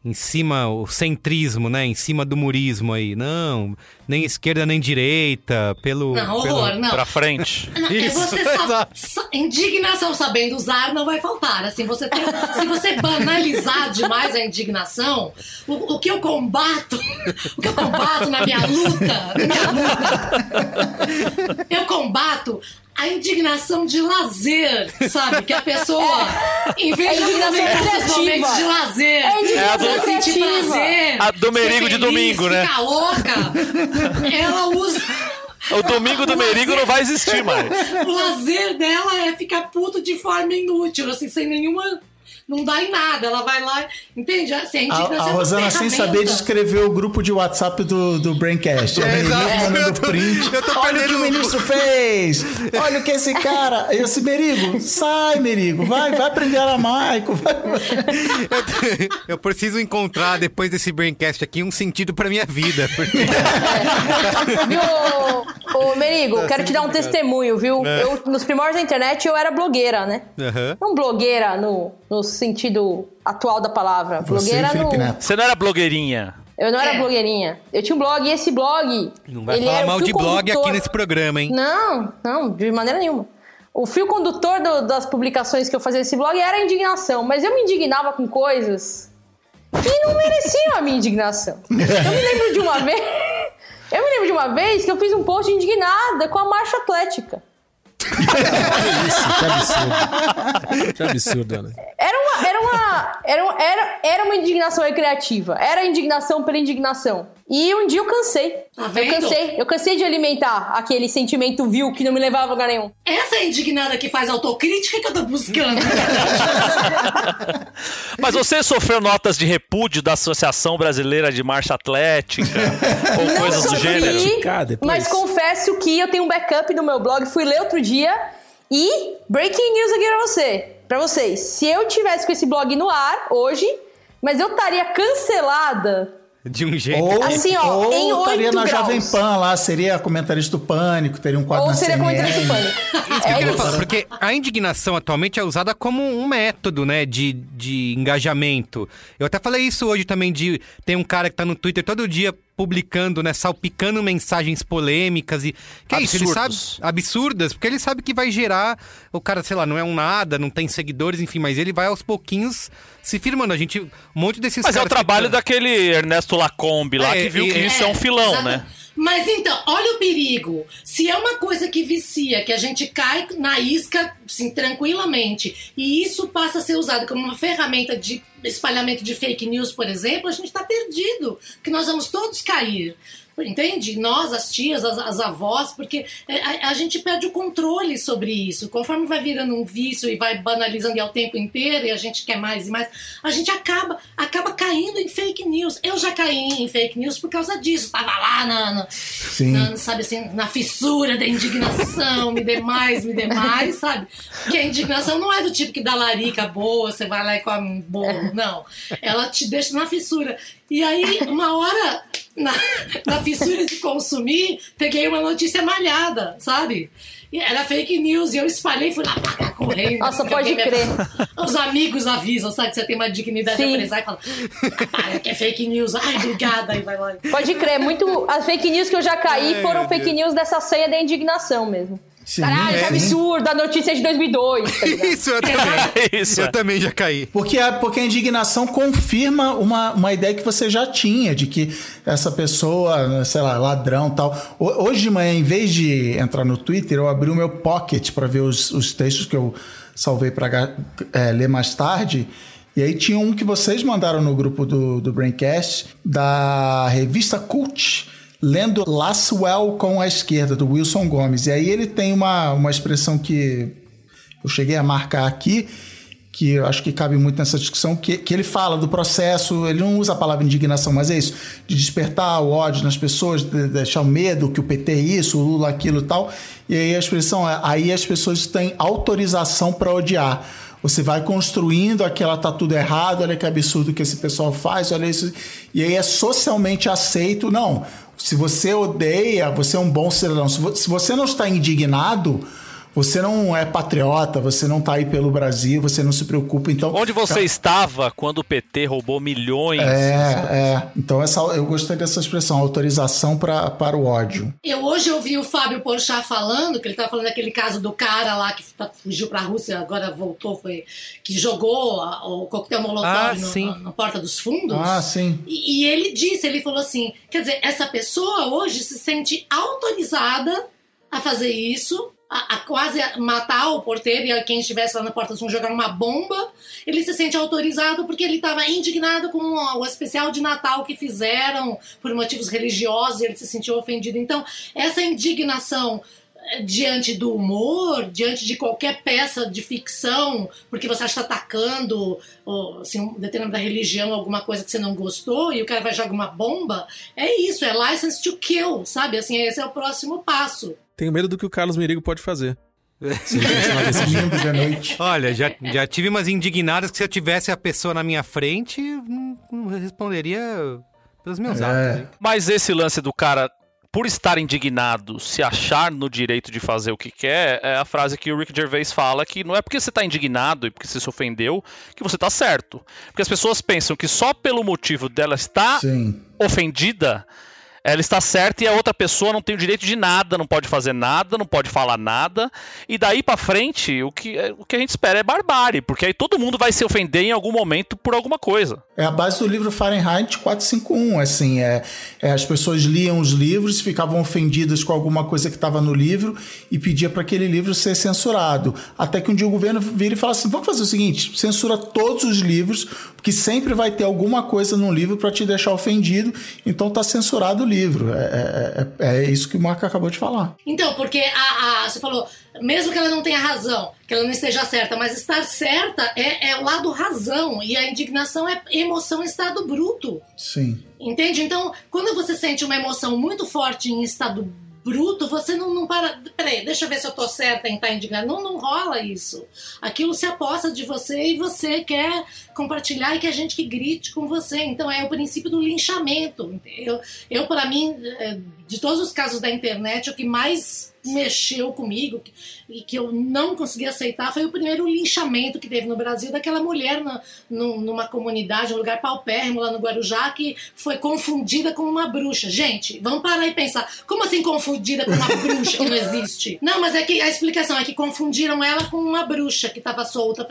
em cima, o centrismo, né? Em cima do murismo aí. Não, nem esquerda nem direita, pelo... Não, pelo... horror, não. Pra frente. Não, é Isso, você sa- sa- indignação sabendo usar não vai faltar. Assim, você tem, se você banalizar demais a indignação, o, o que eu combato, o que eu combato na minha luta, na minha luta, eu combato a indignação de lazer, sabe? Que a pessoa, em vez de aproveitar esses momentos de lazer, É a indignação ela sentir criativa. prazer, A do Merigo ser de domingo, né? ficar louca, ela usa... O domingo do Merigo não vai existir mais. O lazer dela é ficar puto de forma inútil, assim, sem nenhuma... Não dá em nada, ela vai lá, entende? Assim, a indignação A, a é uma Rosana, sem ferramenta. saber, descreveu o grupo de WhatsApp do, do Braincast. É, O Merigo exato. mandando Eu tô- print. eu tô Olha o que perdendo- o ministro fez! Olha o que esse cara... Eu disse, Merigo, sai, Merigo. Vai, vai prender a Maico. Vai... Eu, eu preciso encontrar, depois desse Braincast aqui, um sentido pra minha vida. Porque... Viu, ô, ô Merigo, Tá quero te dar um testemunho, viu? É. Eu, nos primórdios da internet, eu era blogueira, né? Aham. Não blogueira no, no sentido atual da palavra. Você, Blogueira Felipe no... Neto. Você não era blogueirinha? Eu não era É. blogueirinha. Eu tinha um blog e esse blog... Não vai ele falar era o mal fio de blog condutor- aqui nesse programa, hein? Não, não, de maneira nenhuma. O fio condutor do- das publicações que eu fazia nesse blog era a indignação, mas eu me indignava com coisas que não mereciam a minha indignação. Eu me lembro de uma vez... Eu me lembro de uma vez que eu fiz um post indignada com a marcha atlética. Isso, que absurdo. Que absurdo, né? Era uma, era uma, era uma, era, era uma indignação recreativa. Era indignação pela indignação. E um dia eu cansei. Tá eu vendo? cansei. Eu cansei de alimentar aquele sentimento vil que não me levava a lugar nenhum. Essa é a indignada que faz autocrítica que eu tô buscando. Mas você sofreu notas de repúdio da Associação Brasileira de Marcha Atlética? Ou Não coisas do sofri, gênero? Criticar depois. mas confesso que eu tenho um backup no meu blog. Fui ler outro dia e breaking news aqui pra você. Pra vocês. Se eu tivesse com esse blog no ar hoje, mas eu estaria cancelada. De um jeito. Ou, Assim, ó, ou em estaria oito na graus. Jovem Pan lá, seria comentarista do Pânico, teria um quadro Ou na seria C N N. comentarista do Pânico. Isso que eu É queria isso. falar, porque a indignação atualmente é usada como um método, né, de, de engajamento. Eu até falei isso hoje também, de tem um cara que tá no Twitter todo dia publicando, né, salpicando mensagens polêmicas e... Que é isso, ele sabe... Absurdos. Absurdas, porque ele sabe que vai gerar... O cara, sei lá, não é um nada, não tem seguidores, enfim, mas ele vai aos pouquinhos se firmando. A gente... Um monte desses Mas é caras... o trabalho que... daquele Ernesto Lacombe lá, É, que viu e- que isso é um filão, exato. né? Mas então, olha o perigo. Se é uma coisa que vicia, que a gente cai na isca, assim, tranquilamente, e isso passa a ser usado como uma ferramenta de espalhamento de fake news, por exemplo, a gente está perdido, que nós vamos todos cair. Entende? Nós, as tias, as, as avós, porque a, a gente perde o controle sobre isso. Conforme vai virando um vício e vai banalizando ao tempo inteiro e a gente quer mais e mais, a gente acaba, acaba caindo em fake news. Eu já caí em fake news por causa disso. Tava lá na, na, Sim. na, sabe assim, na fissura da indignação, me dê mais, me dê mais, sabe? Porque a indignação não é do tipo que dá larica boa, você vai lá e come um bolo, não. Ela te deixa na fissura. E aí, uma hora, na, na fissura de consumir, peguei uma notícia malhada, sabe? E era fake news e eu espalhei, fui lá pagar correndo. Nossa, porque pode alguém me- crer. Os amigos avisam, sabe? Que você tem uma dignidade Sim. de apresar e fala, para, que é fake news. Ai, obrigada. E vai lá. Pode crer, muito. As fake news que eu já caí foram fake news dessa ceia da indignação mesmo. Sim, Caralho, que sim. absurdo, a notícia é de dois mil e dois. Tá ligado? Isso, eu também. É isso. Eu também já caí. Porque a, porque a indignação confirma uma, uma ideia que você já tinha, de que essa pessoa, sei lá, ladrão e tal. Ho- Hoje de manhã, em vez de entrar no Twitter, eu abri o meu Pocket para ver os, os textos que eu salvei para é, ler mais tarde. E aí tinha um que vocês mandaram no grupo do, do Braincast, da revista Cult, lendo Laswell com a esquerda, do Wilson Gomes. E aí ele tem uma, uma expressão que eu cheguei a marcar aqui, que eu acho que cabe muito nessa discussão, que, que ele fala do processo, ele não usa a palavra indignação, mas é isso, de despertar o ódio nas pessoas, de deixar o medo, que o P T é isso, o Lula aquilo e tal. E aí a expressão é, aí as pessoas têm autorização para odiar. Você vai construindo aquela tá tudo errado, olha que absurdo que esse pessoal faz, olha isso. E aí é socialmente aceito. Não, se você odeia, você é um bom cidadão. Se vo- se você não está indignado, você não é patriota, você não tá aí pelo Brasil, você não se preocupa, então... Onde você estava quando o P T roubou milhões? É, é. Então essa, eu gostei dessa expressão, autorização pra, para o ódio. Eu hoje ouvi o Fábio Porchat falando, que ele tava falando daquele caso do cara lá que fugiu pra Rússia, agora voltou, foi que jogou a, o coquetel molotov ah, no, na porta dos fundos. Ah, sim. E, e ele disse, ele falou assim, quer dizer, essa pessoa hoje se sente autorizada a fazer isso, A, a quase matar o porteiro e quem estivesse lá na porta vão jogar uma bomba. Ele se sente autorizado porque ele estava indignado com o, o especial de Natal que fizeram por motivos religiosos e ele se sentiu ofendido. Então, essa indignação diante do humor, diante de qualquer peça de ficção, porque você está atacando ou, assim, uma determinada religião, alguma coisa que você não gostou, e o cara vai jogar uma bomba, é isso, é license to kill, sabe? Assim, esse é o próximo passo. Tenho medo do que o Carlos Merigo pode fazer. de noite. Olha, já, já tive umas indignadas que se eu tivesse a pessoa na minha frente, não, não responderia pelos meus É. atos. Mas esse lance do cara, por estar indignado, se achar no direito de fazer o que quer, é a frase que o Rick Gervais fala, que não é porque você está indignado e porque você se ofendeu que você está certo. Porque as pessoas pensam que só pelo motivo dela estar Sim. ofendida, ela está certa e a outra pessoa não tem o direito de nada, não pode fazer nada, não pode falar nada. E daí pra frente, o que, o que a gente espera é barbárie, porque aí todo mundo vai se ofender em algum momento por alguma coisa. É a base do livro Fahrenheit quatrocentos e cinquenta e um, assim, é, é, as pessoas liam os livros, ficavam ofendidas com alguma coisa que estava no livro e pedia para aquele livro ser censurado. Até que um dia o governo vira e fala assim, vamos fazer o seguinte, censura todos os livros, porque sempre vai ter alguma coisa no livro para te deixar ofendido, então tá censurado o livro. livro. É, é, é isso que o Marco acabou de falar. Então, porque a, a, você falou, mesmo que ela não tenha razão, que ela não esteja certa, mas estar certa é, é o lado razão, e a indignação é emoção em estado bruto. Sim. Entende? Então, quando você sente uma emoção muito forte em estado bruto, você não, não para... Peraí, deixa eu ver se eu tô certa em estar indignada. Não, não rola isso. Aquilo se aposta de você e você quer compartilhar e quer gente que grite com você. Então, é o princípio do linchamento. Eu, eu para mim, de todos os casos da internet, o que mais mexeu comigo e que eu não consegui aceitar foi o primeiro linchamento que teve no Brasil daquela mulher na, numa comunidade, um lugar paupérrimo lá no Guarujá, que foi confundida com uma bruxa. Gente, vamos parar e pensar, como assim confundida com uma bruxa que não existe? Não, mas é que a explicação é que confundiram ela com uma bruxa que estava solta.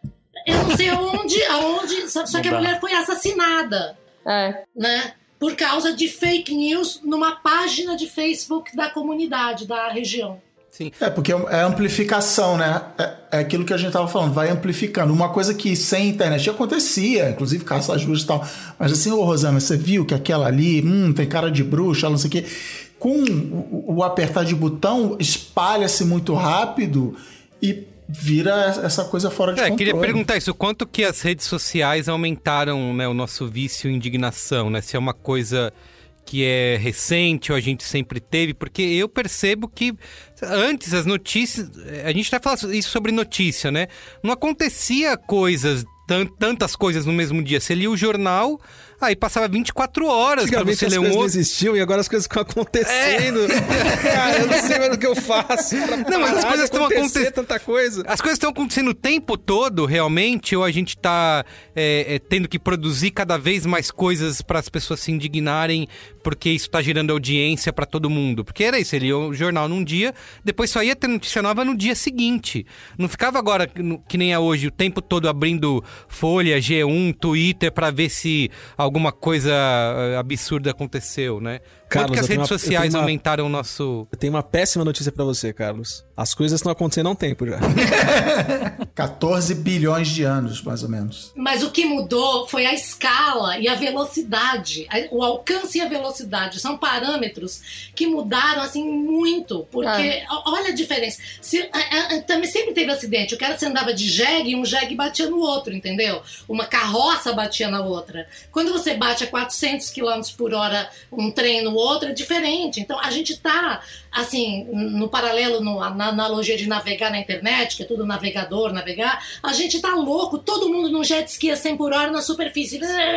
Eu não sei aonde, aonde só, só que a mulher foi assassinada. É. Né? Por causa de fake news numa página de Facebook da comunidade, da região. Sim. É, porque é amplificação, né? É, é aquilo que a gente tava falando, vai amplificando. Uma coisa que sem internet acontecia, inclusive caça às bruxas e tal. Mas assim, ô Rosana, você viu que aquela ali, hum, tem cara de bruxa, não sei o quê. Com o, o apertar de botão, espalha-se muito rápido e vira essa coisa fora de é, controle. Queria perguntar isso, quanto que as redes sociais aumentaram, né, o nosso vício em indignação, né? Se é uma coisa que é recente ou a gente sempre teve, porque eu percebo que antes as notícias, a gente vai falar isso sobre notícia, né? Não acontecia coisas, tantas coisas no mesmo dia. Você lia o jornal, aí passava vinte e quatro horas pra você ler um outro. As coisas não existiam e agora as coisas ficam acontecendo. É. Cara, eu não sei mais o que eu faço. Não, mas as coisas estão acontecendo. Tanta coisa. As coisas estão acontecendo o tempo todo, realmente, ou a gente tá é, é, tendo que produzir cada vez mais coisas para as pessoas se indignarem, porque isso tá gerando audiência para todo mundo. Porque era isso, ele lia o jornal num dia, depois só ia ter notícia nova no dia seguinte. Não ficava agora, que nem é hoje, o tempo todo abrindo Folha, G um, Twitter, para ver se alguma coisa absurda aconteceu, né? Quanto Carlos, que as redes uma, sociais uma, aumentaram o nosso... Eu tenho uma péssima notícia pra você, Carlos. As coisas estão acontecendo há um tempo já. quatorze bilhões de anos, mais ou menos. Mas o que mudou foi a escala e a velocidade. O alcance e a velocidade. São parâmetros que mudaram, assim, muito. Porque, ah. olha a diferença. Se, a, a, também sempre teve acidente. O cara se andava de jegue e um jegue batia no outro, entendeu? Uma carroça batia na outra. Quando você bate a quatrocentos quilômetros por hora um trem no outro é diferente. Então a gente tá, assim, no paralelo, no, na analogia de navegar na internet, que é tudo navegador, navegar, a gente tá louco, todo mundo num jet ski a cem por hora na superfície,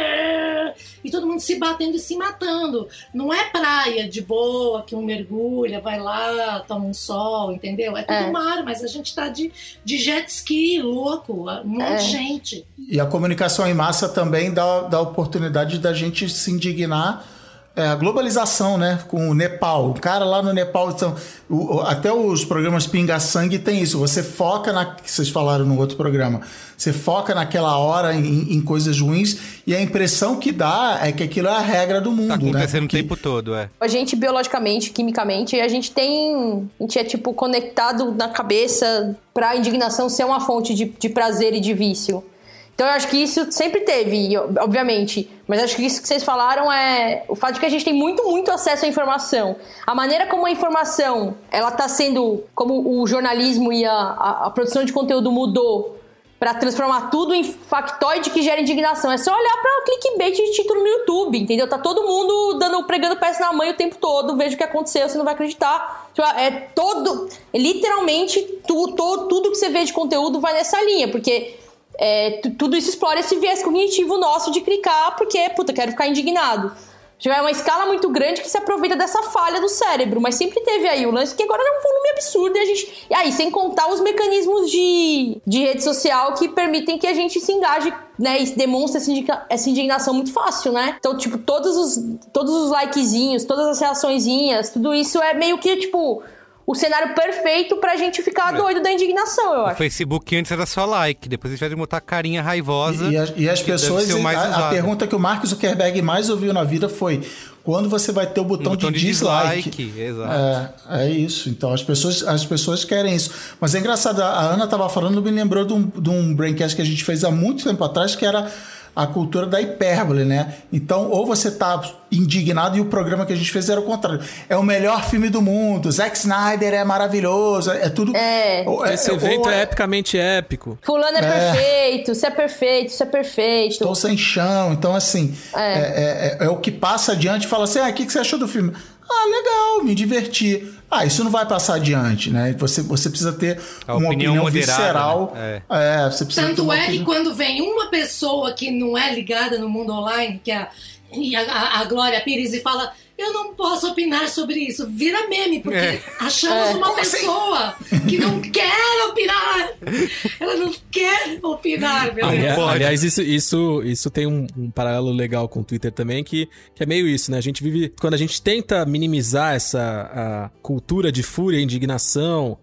e todo mundo se batendo e se matando. Não é praia de boa, que um mergulha, vai lá, toma um sol, entendeu? É tudo é. mar, mas a gente tá de, de jet ski, louco, um monte é. de gente. E a comunicação em massa também dá, dá oportunidade da gente se indignar. É, a globalização, né? Com o Nepal. O cara lá no Nepal, então, o, até os programas Pinga Sangue tem isso. Você foca na... que vocês falaram no outro programa. Você foca naquela hora em, em coisas ruins e a impressão que dá é que aquilo é a regra do mundo, tá acontecendo né? o tempo todo, é. A gente, biologicamente, quimicamente, a gente tem... A gente é, tipo, conectado na cabeça pra indignação ser uma fonte de, de prazer e de vício. Então eu acho que isso sempre teve, obviamente, mas acho que isso que vocês falaram é o fato de que a gente tem muito, muito acesso à informação. A maneira como a informação, ela tá sendo, como o jornalismo e a, a, a produção de conteúdo mudou para transformar tudo em factoide que gera indignação. É só olhar para o clickbait de título no YouTube, entendeu? Tá todo mundo dando, pregando peça na mãe o tempo todo, veja o que aconteceu, você não vai acreditar. É todo, é literalmente tu, tu, tudo que você vê de conteúdo vai nessa linha, porque... É, tudo isso explora esse viés cognitivo nosso de clicar porque, puta, quero ficar indignado. É uma escala muito grande que se aproveita dessa falha do cérebro, mas sempre teve aí o lance que agora é um volume absurdo e a gente... E aí, sem contar os mecanismos de, de rede social que permitem que a gente se engaje, né, e demonstre essa, indica, essa indignação muito fácil, né? Então, tipo, todos os, todos os likezinhos, todas as reaçõezinhas, tudo isso é meio que, tipo... o cenário perfeito pra gente ficar é. doido da indignação, eu acho. O Facebook antes era só like, depois a gente vai botar carinha raivosa. E, e, as, e as pessoas, a, a pergunta que o Mark Zuckerberg mais ouviu na vida foi: quando você vai ter o botão, um botão de, de dislike? dislike? Exato. É, é isso. Então as pessoas, as pessoas querem isso. Mas é engraçado, a Ana tava falando, me lembrou de um, de um Braincast que a gente fez há muito tempo atrás, que era a cultura da hipérbole, né? Então, ou você tá indignado, e o programa que a gente fez era o contrário. É o melhor filme do mundo, Zack Snyder é maravilhoso, é tudo... É. Esse é, evento é, é epicamente épico. Fulano é, é perfeito, isso é perfeito, isso é perfeito. Estou sem chão. Então, assim, é, é, é, é o que passa adiante e fala assim, ah, o que, que você achou do filme? Ah, legal, me diverti. Ah, isso não vai passar adiante, né? Você, você precisa ter a uma opinião, opinião moderada, visceral. Né? É. É, você precisa Tanto ter uma é opinião... que quando vem uma pessoa que não é ligada no mundo online, que é a, e a, a Glória Pires, e fala... eu não posso opinar sobre isso. Vira meme, porque é. achamos é. uma Como pessoa assim? que não quer opinar. Ela não quer opinar, meu Aliás, Deus. aliás isso, isso, isso tem um, um paralelo legal com o Twitter também, que, que é meio isso, né? A gente vive... Quando a gente tenta minimizar essa a cultura de fúria e indignação,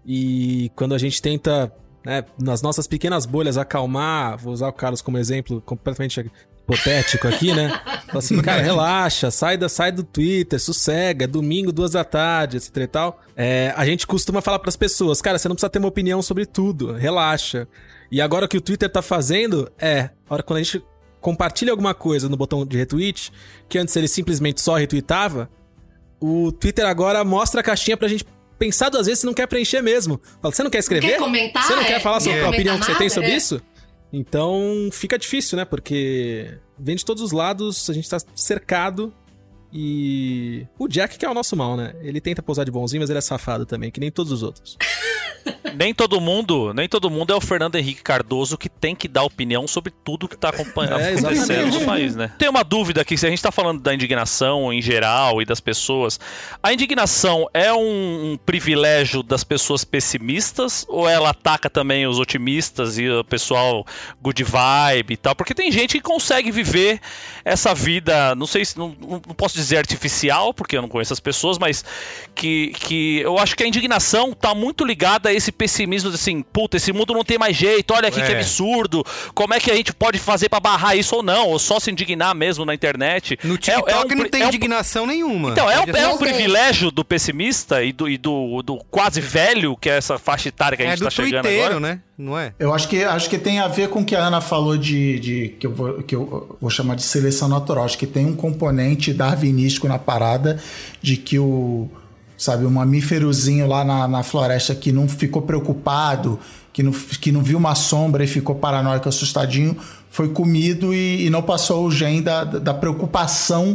e quando a gente tenta, né, nas nossas pequenas bolhas, acalmar... Vou usar o Carlos como exemplo completamente... hipotético aqui, né? Fala assim, cara, relaxa, sai, da, sai do Twitter, sossega, domingo, duas da tarde, etc e tal. É, a gente costuma falar pras pessoas, cara, você não precisa ter uma opinião sobre tudo, relaxa. E agora o que o Twitter tá fazendo é, a hora quando a gente compartilha alguma coisa no botão de retweet, que antes ele simplesmente só retweetava, o Twitter agora mostra a caixinha pra gente pensar duas vezes se não quer preencher mesmo. Fala, você não quer escrever? Quer comentar? Você não quer falar sobre é. a opinião que você tem sobre é. isso? Então fica difícil, né? Porque vem de todos os lados, a gente tá cercado. E o Jack que é o nosso mal, né? Ele tenta posar de bonzinho, mas ele é safado também, que nem todos os outros. Nem todo mundo, nem todo mundo é o Fernando Henrique Cardoso que tem que dar opinião sobre tudo que tá acompanhando, é, acontecendo no país, né? Tem uma dúvida aqui, se a gente tá falando da indignação em geral e das pessoas, a indignação é um, um privilégio das pessoas pessimistas ou ela ataca também os otimistas e o pessoal good vibe e tal? Porque tem gente que consegue viver essa vida, não sei se, não, não posso dizer artificial, porque eu não conheço as pessoas, mas que, que eu acho que a indignação tá muito ligada a esse pessimismo de assim, puta, esse mundo não tem mais jeito, olha aqui é. que absurdo, como é que a gente pode fazer pra barrar isso ou não, ou só se indignar mesmo na internet. No TikTok é, é um, não tem é um, indignação nenhuma. Então, é, um, é um privilégio do pessimista e do, e do, do quase velho, que é essa faixa etária que a gente é tá chegando agora. Né? Não é? Eu acho que, acho que tem a ver com o que a Ana falou de, de que, eu vou, que eu vou chamar de seleção natural. Acho que tem um componente darwinístico na parada de que o, sabe, um mamíferozinho lá na, na floresta que não ficou preocupado, que não, que não viu uma sombra e ficou paranoico, assustadinho, foi comido e, e não passou o gene da, da preocupação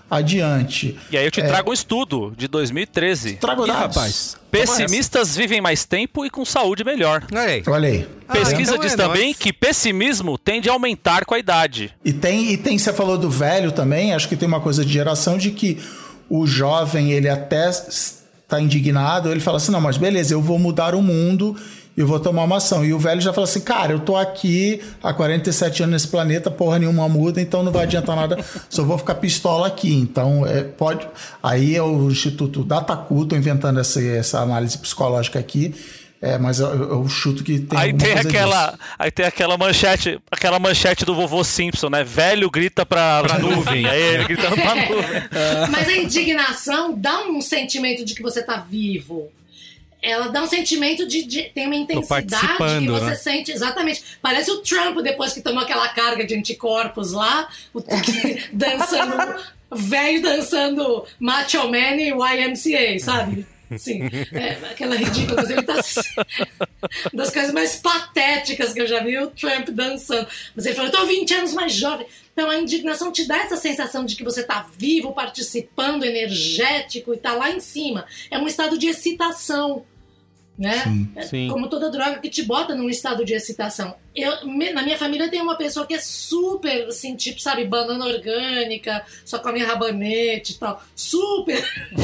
adiante. E aí eu te é... trago um estudo de dois mil e treze. Trago dados. Rapaz. Pessimistas vivem mais tempo e com saúde melhor. Olha aí. Olha aí. Pesquisa ah, então diz é também nóis. que pessimismo tende a aumentar com a idade. E tem, e tem, você falou do velho também, acho que tem uma coisa de geração de que o jovem, ele até está indignado, ele fala assim, não, mas beleza, eu vou mudar o mundo, eu vou tomar uma ação. E o velho já fala assim, cara, eu tô aqui há quarenta e sete anos nesse planeta, porra nenhuma muda, então não vai adiantar nada, só vou ficar pistola aqui. Então, é, pode... Aí é o Instituto Dataku, tô inventando essa, essa análise psicológica aqui, é, mas eu, eu chuto que tem aí alguma tem coisa aquela disso. Aí tem aquela manchete, aquela manchete do vovô Simpson, né? Velho grita pra, pra nuvem. Aí ele gritando pra nuvem. Mas a indignação dá um sentimento de que você tá vivo. Ela dá um sentimento de, de tem uma intensidade que você né? sente, exatamente. Parece o Trump depois que tomou aquela carga de anticorpos lá, o, dançando, velho dançando Macho Man e Y M C A, sabe? Sim, é, aquela ridícula, mas ele tá das coisas mais patéticas que eu já vi, o Trump dançando. Mas ele falou, eu tô vinte anos mais jovem. Então a indignação te dá essa sensação de que você tá vivo, participando, energético e tá lá em cima. É um estado de excitação, né? Sim, sim. Como toda droga que te bota num estado de excitação. Eu, na minha família tem uma pessoa que é super, assim, tipo, sabe, banana orgânica, só come rabanete e tal, super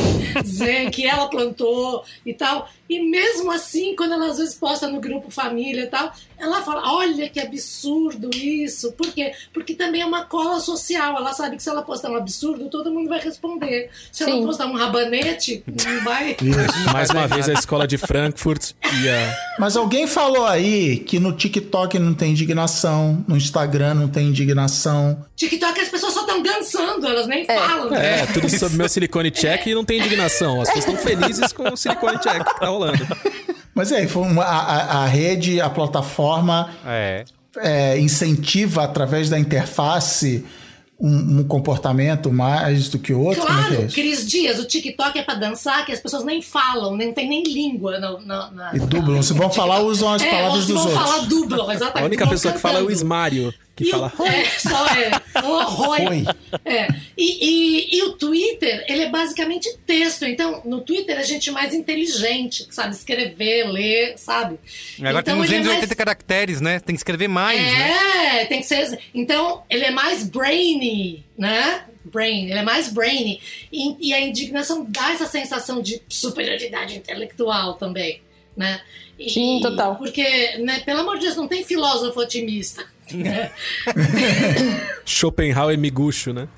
zen, que ela plantou e tal. E mesmo assim, quando ela às vezes posta no grupo família e tal, ela fala, olha que absurdo isso. Por quê? Porque também é uma cola social. Ela sabe que se ela postar um absurdo, todo mundo vai responder. Se Sim. ela postar um rabanete, não vai... Isso. Mais uma vez a escola de Frankfurt e a... Mas alguém falou aí que no TikTok não tem indignação, no Instagram não tem indignação. TikTok as pessoas só estão dançando, elas nem é. falam. É, tudo sobre meu silicone check é. e não tem indignação. As pessoas estão felizes com o silicone check que tá rolando. Mas é, foi uma, a, a rede, a plataforma é. É, incentiva através da interface um, um comportamento mais do que o outro? Claro, como é que é isso? Cris Dias, o TikTok é pra dançar que as pessoas nem falam, nem tem nem língua. No, no, na... E dublam, se vão falar, usam as é, palavras dos outros. vão falar dublam, exatamente. A única pessoa que fala é o Ismário. Que e fala o, é, só é, oh, Roy. É. E, e, e o Twitter, ele é basicamente texto. Então, no Twitter a gente é mais inteligente, sabe? Escrever, ler, sabe? Agora então, tem duzentos e oitenta é mais... caracteres, né? Tem que escrever mais, é, né? É, tem que ser... Então, ele é mais brainy, né? Brain, ele é mais brainy. E, e a indignação dá essa sensação de superioridade intelectual também, né? E, Sim, total. Porque, né, pelo amor de Deus, não tem filósofo otimista. Né? Schopenhauer e Miguxo, né?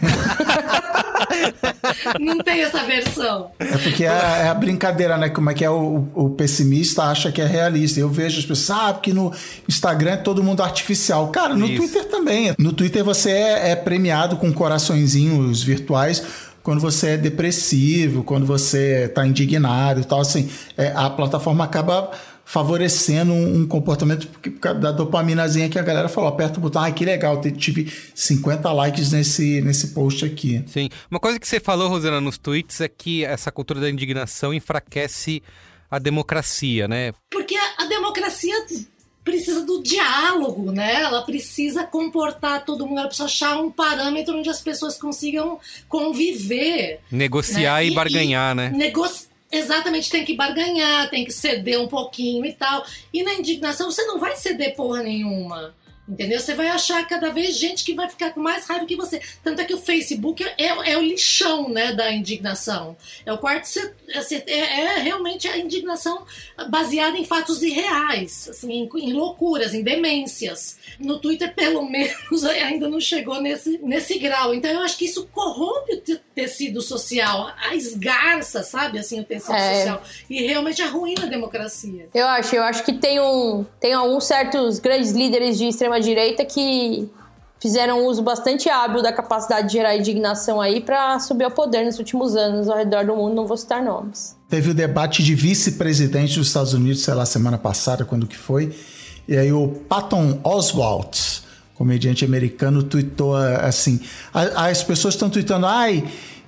Não tem essa versão. É porque é, é a brincadeira, né? Como é que é o, o pessimista acha que é realista. Eu vejo as pessoas, ah, porque no Instagram é todo mundo artificial. Cara, no Isso. Twitter também. No Twitter você é, é premiado com coraçõezinhos virtuais quando você é depressivo, quando você tá indignado e tal. Assim, é, a plataforma acaba favorecendo um, um comportamento da dopaminazinha que a galera falou, aperta o botão, ah, que legal, tive cinquenta likes nesse, nesse post aqui. Sim. Uma coisa que você falou, Rosana, nos tweets é que essa cultura da indignação enfraquece a democracia, né? Porque a, a democracia precisa do diálogo, né? Ela precisa comportar todo mundo, ela precisa achar um parâmetro onde as pessoas consigam conviver. Negociar né? e, e barganhar, e né? Negociar. Exatamente, tem que barganhar, tem que ceder um pouquinho e tal. E na indignação você não vai ceder porra nenhuma, entendeu? Você vai achar cada vez gente que vai ficar com mais raiva que você. Tanto é que o Facebook é, é o lixão, né, da indignação. É o quarto setor, é, é realmente a indignação baseada em fatos irreais, assim, em, em loucuras, em demências. No Twitter, pelo menos, ainda não chegou nesse, nesse grau. Então eu acho que isso corrompe o tecido social, a esgarça, sabe, assim, o tecido é. social. E realmente arruína a democracia. Eu acho, eu acho que tem, um, tem alguns certos grandes líderes de extrema-direita que fizeram um uso bastante hábil da capacidade de gerar indignação aí para subir ao poder nos últimos anos ao redor do mundo, não vou citar nomes. Teve o debate de vice-presidente dos Estados Unidos, sei lá, semana passada, quando que foi, e aí o Patton Oswalt, comediante americano, tweetou assim, as pessoas estão tweetando, ai,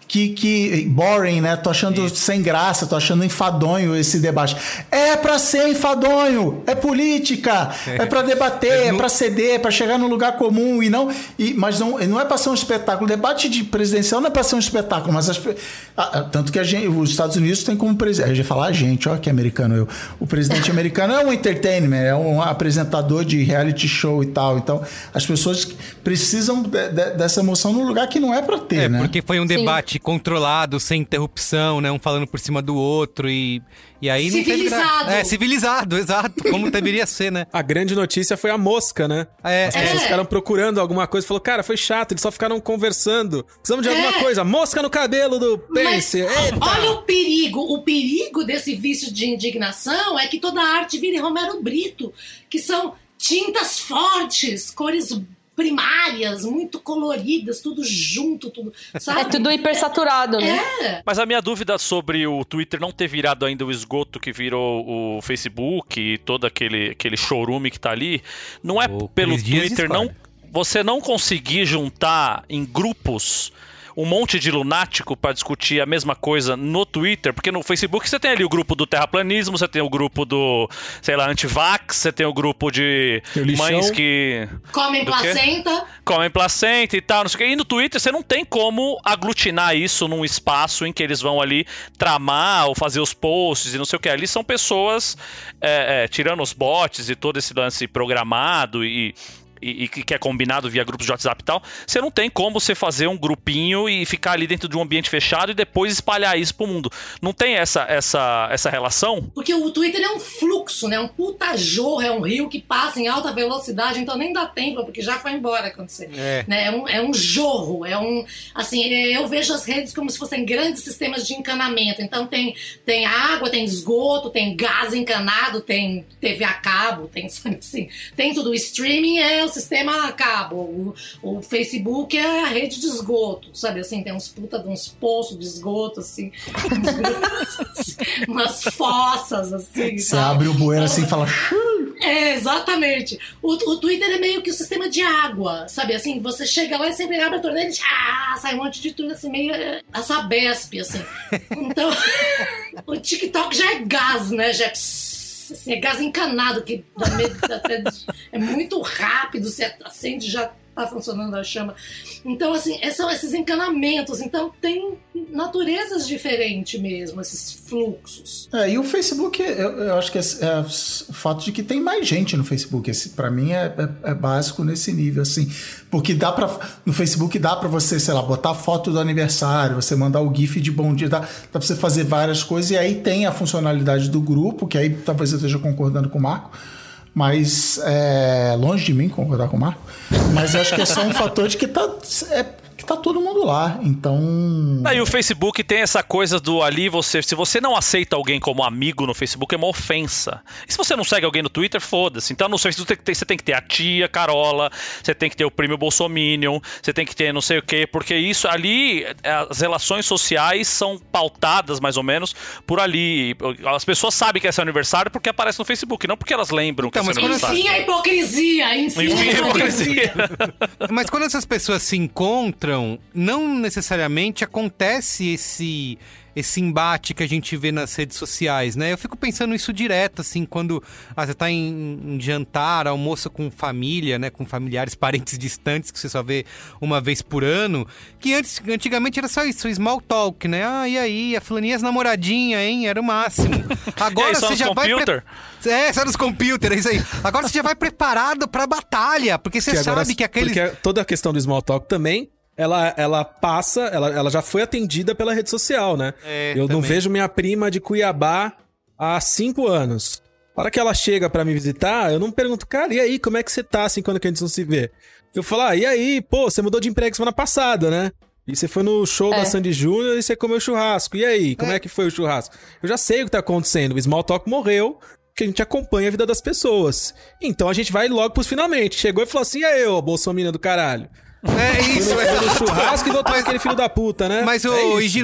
que, que boring, né? Tô achando Isso. sem graça, tô achando enfadonho esse debate. É pra ser enfadonho, é política, é, é pra debater, é, no... é pra ceder, é pra chegar num lugar comum e não... E, mas não, não é pra ser um espetáculo. O debate de presidencial não é pra ser um espetáculo, mas as, a, tanto que a gente, os Estados Unidos tem como presidente... Eu ia falar a gente, ó que americano eu. O presidente americano é um entertainment, é um apresentador de reality show e tal. Então, as pessoas precisam de, de, dessa emoção num lugar que não é pra ter, é, né? Porque foi um debate Sim. controlado, sem interrupção, né? Um falando por cima do outro e... E aí civilizado. Não teve... É, civilizado, exato. Como deveria ser, né? A grande notícia foi a mosca, né? É. As pessoas é. ficaram procurando alguma coisa. Falou, cara, foi chato. Eles só ficaram conversando. Precisamos de alguma é. coisa. Mosca no cabelo do Pence. Eita. Olha o perigo. O perigo desse vício de indignação é que toda a arte vire Romero Brito. Que são tintas fortes, cores primárias, muito coloridas, tudo junto, tudo, sabe? É tudo hipersaturado, né? É. Mas a minha dúvida sobre o Twitter não ter virado ainda o esgoto que virou o Facebook e todo aquele, aquele showroom que tá ali, não é oh, pelo Twitter, não, você não conseguir juntar em grupos um monte de lunático para discutir a mesma coisa no Twitter, porque no Facebook você tem ali o grupo do terraplanismo, você tem o grupo do, sei lá, antivax, você tem o grupo de mães que... Comem placenta. Comem placenta e tal, não sei o que. E no Twitter você não tem como aglutinar isso num espaço em que eles vão ali tramar ou fazer os posts e não sei o que. Ali são pessoas, é, é, tirando os bots e todo esse lance programado e... e que é combinado via grupos de WhatsApp e tal, você não tem como você fazer um grupinho e ficar ali dentro de um ambiente fechado e depois espalhar isso pro mundo. Não tem essa, essa, essa relação? Porque o Twitter é um fluxo, né? Um puta jorro, é um rio que passa em alta velocidade, então nem dá tempo, porque já foi embora quando você... É, né? é, um, é um jorro, é um... Assim, eu vejo as redes como se fossem grandes sistemas de encanamento. Então tem, tem água, tem esgoto, tem gás encanado, tem T V a cabo, tem, sabe assim, tem tudo. O streaming é o sistema a cabo, o, o Facebook é a rede de esgoto, sabe assim, tem uns puta de uns poços de esgoto, assim, uns grupos, assim, umas fossas, assim. Você abre o bueiro assim e fala... É, exatamente. O, o Twitter é meio que o sistema de água, sabe assim, você chega lá e sempre abre a torneira e ah, sai um monte de tudo assim, meio a Sabesp, assim. Então, o TikTok já é gás, né, já é... Assim, é gás encanado, que dá medo, até, é muito rápido, você acende e já tá funcionando a chama. Então, assim, são esses encanamentos. Então, tem naturezas diferentes mesmo, esses fluxos. É, e o Facebook, eu, eu acho que é, é o fato de que tem mais gente no Facebook. Esse, pra mim, é, é, é básico nesse nível, assim. Porque dá pra, no Facebook dá pra você, sei lá, botar foto do aniversário, você mandar o GIF de bom dia, dá, dá pra você fazer várias coisas. E aí tem a funcionalidade do grupo, que aí talvez eu esteja concordando com o Marco. Mas é longe de mim concordar com o Marco. Mas acho que é só um fator de que tá, é, que tá todo mundo lá. Então... Aí o Facebook tem essa coisa do ali, você, se você não aceita alguém como amigo no Facebook, é uma ofensa. E se você não segue alguém no Twitter, foda-se. Então no Facebook você tem que ter a tia Carola, você tem que ter o primo Bolsominion, você tem que ter não sei o quê, porque isso ali, as relações sociais são pautadas mais ou menos por ali. As pessoas sabem que é seu aniversário porque aparece no Facebook, não porque elas lembram então, que é seu aniversário. Enfim a hipocrisia, enfim, enfim a hipocrisia. Mas quando essas pessoas se encontram, não necessariamente acontece esse, esse embate que a gente vê nas redes sociais, né? Eu fico pensando isso direto, assim, quando ah, você tá em, em jantar, almoço com família, né? Com familiares, parentes distantes, que você só vê uma vez por ano, que antes, antigamente era só isso, small talk, né? Ah, e aí, a fulaninha, as namoradinha, hein? Era o máximo. Agora aí, você já vai... Computer? Pre... É, só nos computers, é isso aí. Agora você já vai preparado pra batalha, porque você que sabe agora, que aqueles... Porque toda a questão do small talk também... Ela, ela passa, ela, ela já foi atendida pela rede social, né? É, eu também. Não vejo minha prima de Cuiabá há cinco anos. Na hora que ela chega pra me visitar, eu não pergunto, cara, e aí, como é que você tá, assim, quando que a gente não se vê? Eu falo, ah, e aí, pô, você mudou de emprego semana passada, né? E você foi no show é. da Sandy Júnior e você comeu churrasco. E aí, como é. é que foi o churrasco? Eu já sei o que tá acontecendo, o Small Talk morreu, porque a gente acompanha a vida das pessoas. Então a gente vai logo pros finalmente. Chegou e falou assim, e aí, ô, Bolsominion do caralho? É isso, é no churrasco e voltou aquele filho da puta, né? Mas, ô, é Higino,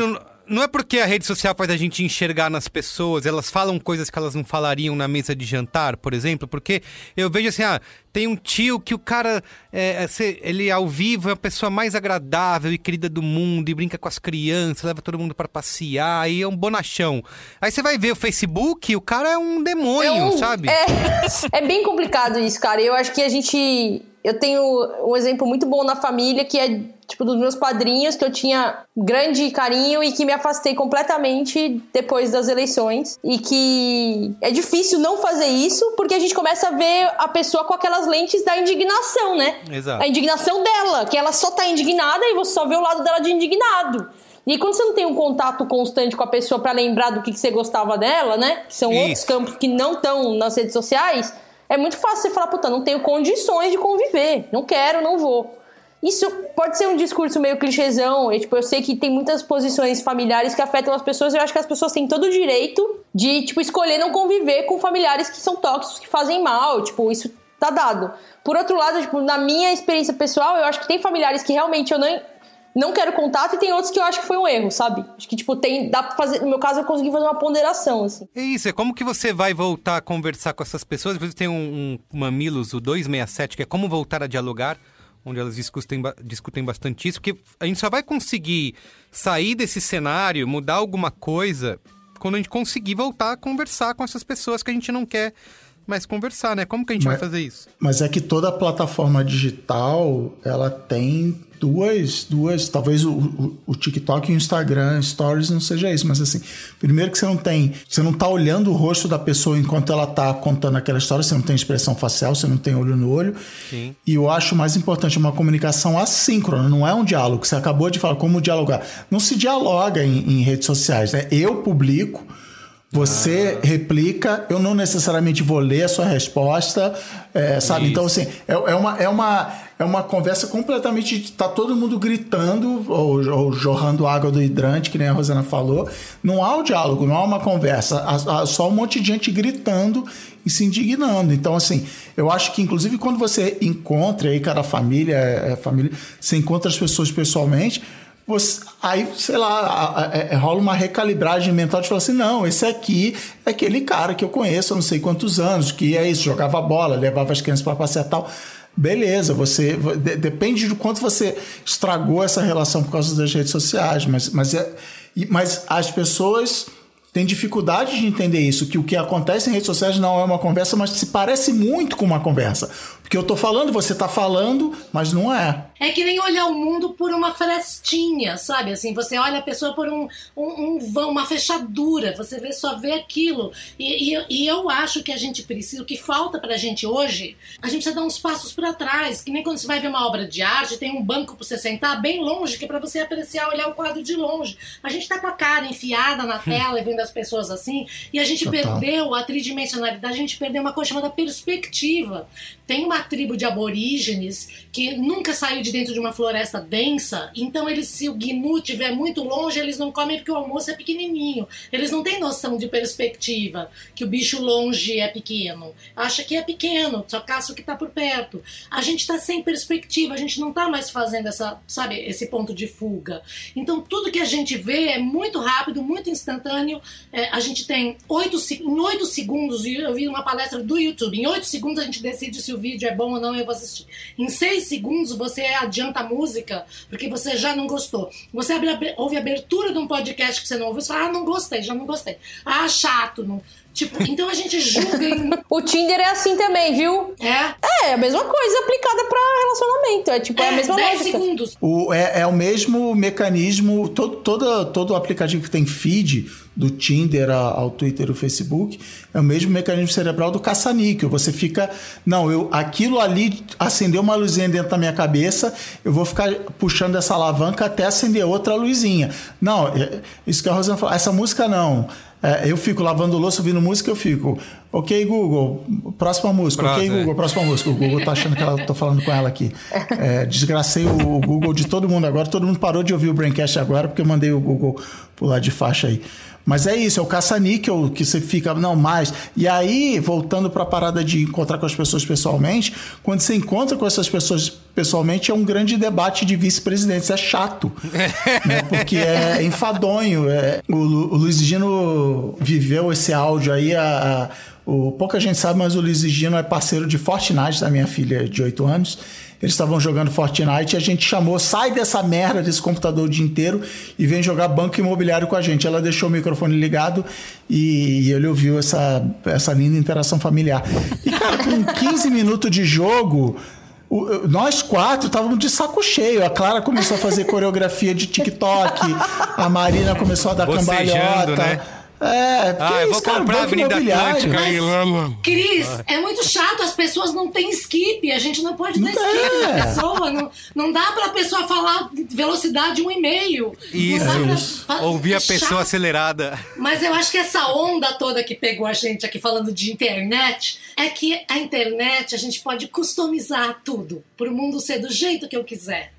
não é porque a rede social faz a gente enxergar nas pessoas, elas falam coisas que elas não falariam na mesa de jantar, por exemplo, porque eu vejo assim, ah, tem um tio que o cara, é, ele ao vivo é a pessoa mais agradável e querida do mundo, e brinca com as crianças, leva todo mundo pra passear, e é um bonachão. Aí você vai ver o Facebook, o cara é um demônio, é um, sabe? É, é bem complicado isso, cara. Eu acho que a gente... Eu tenho um exemplo muito bom na família, que é, tipo, dos meus padrinhos, que eu tinha grande carinho e que me afastei completamente depois das eleições. E que é difícil não fazer isso, porque a gente começa a ver a pessoa com aquelas lentes da indignação, né? Exato. A indignação dela, que ela só tá indignada e você só vê o lado dela de indignado. E quando você não tem um contato constante com a pessoa pra lembrar do que, que você gostava dela, né? Que são isso. Outros campos que não estão nas redes sociais... É muito fácil você falar, puta, não tenho condições de conviver. Não quero, não vou. Isso pode ser um discurso meio clichêzão. Eu, tipo, eu sei que tem muitas posições familiares que afetam as pessoas. Eu acho que as pessoas têm todo o direito de, tipo, escolher não conviver com familiares que são tóxicos, que fazem mal. Tipo, isso tá dado. Por outro lado, tipo, na minha experiência pessoal, eu acho que tem familiares que realmente eu não... não quero contato, e tem outros que eu acho que foi um erro, sabe? Acho que, tipo, tem, dá pra fazer... No meu caso, eu consegui fazer uma ponderação, assim. É isso, é como que você vai voltar a conversar com essas pessoas. Depois tem um, um Mamilos, o duzentos e sessenta e sete, que é como voltar a dialogar, onde elas discutem, discutem bastante isso, porque a gente só vai conseguir sair desse cenário, mudar alguma coisa, quando a gente conseguir voltar a conversar com essas pessoas que a gente não quer mais conversar, né? Como que a gente mas, vai fazer isso? Mas é que toda plataforma digital, ela tem duas, duas talvez o, o, o TikTok e o Instagram, Stories não seja isso, mas assim, primeiro que você não tem, você não tá olhando o rosto da pessoa enquanto ela tá contando aquela história, você não tem expressão facial, você não tem olho no olho. Sim. E eu acho mais importante uma comunicação assíncrona, não é um diálogo. Você acabou de falar como dialogar. Não se dialoga em, em redes sociais, né? Eu publico, você ah. replica, eu não necessariamente vou ler a sua resposta, é, sabe? Isso. Então, assim, é, é, uma, é, uma, é uma conversa completamente... Tá todo mundo gritando ou, ou jorrando água do hidrante, que nem a Rosana falou. Não há o diálogo, não há uma conversa. Há, há só um monte de gente gritando e se indignando. Então, assim, eu acho que, inclusive, quando você encontra aí, cara, a família, é, família, você encontra as pessoas pessoalmente... Você, aí, sei lá, a, a, a, rola uma recalibragem mental de falar assim, não, esse aqui é aquele cara que eu conheço há não sei quantos anos, que é isso, jogava bola, levava as crianças para passear e tal. Beleza, você, de, depende do quanto você estragou essa relação por causa das redes sociais, mas, mas, é, mas as pessoas têm dificuldade de entender isso, que o que acontece em redes sociais não é uma conversa, mas se parece muito com uma conversa. Porque eu tô falando, você tá falando, mas não é. É que nem olhar o mundo por uma frestinha, sabe? Assim, você olha a pessoa por um, um, um vão, uma fechadura, você vê, só vê aquilo. E, e, e eu acho que a gente precisa, o que falta pra gente hoje, a gente precisa dar uns passos pra trás, que nem quando você vai ver uma obra de arte, tem um banco pra você sentar bem longe, que é pra você apreciar, olhar o quadro de longe. A gente tá com a cara enfiada na tela e vendo as pessoas assim, e a gente Total. perdeu a tridimensionalidade, a gente perdeu uma coisa chamada perspectiva. Tem uma tribo de aborígenes que nunca saiu de dentro de uma floresta densa, então eles, se o gnu estiver muito longe, eles não comem porque o almoço é pequenininho. Eles não têm noção de perspectiva, que o bicho longe é pequeno. Acha que é pequeno, só caça o que está por perto. A gente está sem perspectiva, a gente não está mais fazendo essa, sabe, esse ponto de fuga. Então tudo que a gente vê é muito rápido, muito instantâneo. É, a gente tem oito, em oito segundos, eu vi uma palestra do YouTube, em oito segundos a gente decide se o vídeo é bom ou não, eu vou assistir. Em seis segundos você adianta a música porque você já não gostou. Você abre, ouve a abertura de um podcast que você não ouviu, você fala, ah, não gostei, já não gostei. Ah, chato, não... Tipo, então a gente julga em... O Tinder é assim também, viu? É? É, a mesma coisa aplicada pra relacionamento. É tipo, é, é a mesma dez lógica. segundos. O, é, é o mesmo mecanismo, todo, todo, todo aplicativo que tem feed, do Tinder ao Twitter, ao Facebook, é o mesmo mecanismo cerebral do caça-níquel. Você fica, não, eu, aquilo ali acendeu uma luzinha dentro da minha cabeça, eu vou ficar puxando essa alavanca até acender outra luzinha. Não, é, isso que a Rosana falou, essa música não. É, eu fico lavando louça, ouvindo música, eu fico, ok, Google, próxima música, Prazer. ok, Google, próxima música. O Google tá achando que eu tô falando com ela aqui. É, desgracei o, o Google de todo mundo agora, todo mundo parou de ouvir o Braincast agora, porque eu mandei o Google pular de faixa aí. Mas é isso, é o caça-níquel que você fica, não, mais. E aí, voltando para a parada de encontrar com as pessoas pessoalmente, quando você encontra com essas pessoas pessoalmente, é um grande debate de vice-presidentes. É chato, né? Porque é enfadonho. É... O, Lu, o Luiz Gino viveu esse áudio aí. A, a, o, pouca gente sabe, mas o Luiz Gino é parceiro de Fortnite da minha filha de oito anos. Eles estavam jogando Fortnite e a gente chamou, sai dessa merda desse computador o dia inteiro e vem jogar Banco Imobiliário com a gente. Ela deixou o microfone ligado e, e ele ouviu essa, essa linda interação familiar. E, cara, com quinze minutos de jogo, o, nós quatro estávamos de saco cheio. A Clara começou a fazer coreografia de TikTok, a Marina começou a dar Bocejando, cambalhota. Né? É, ah, eu vou cara, comprar a Avenida Atlântica. Mas, Cris, é muito chato, as pessoas não têm skip, a gente não pode dar skip é. pra pessoa, não, não dá pra pessoa falar velocidade um e meio. Isso, pra, ouvir é a pessoa chato. Acelerada. Mas eu acho que essa onda toda que pegou a gente aqui falando de internet, é que a internet a gente pode customizar tudo, pro mundo ser do jeito que eu quiser.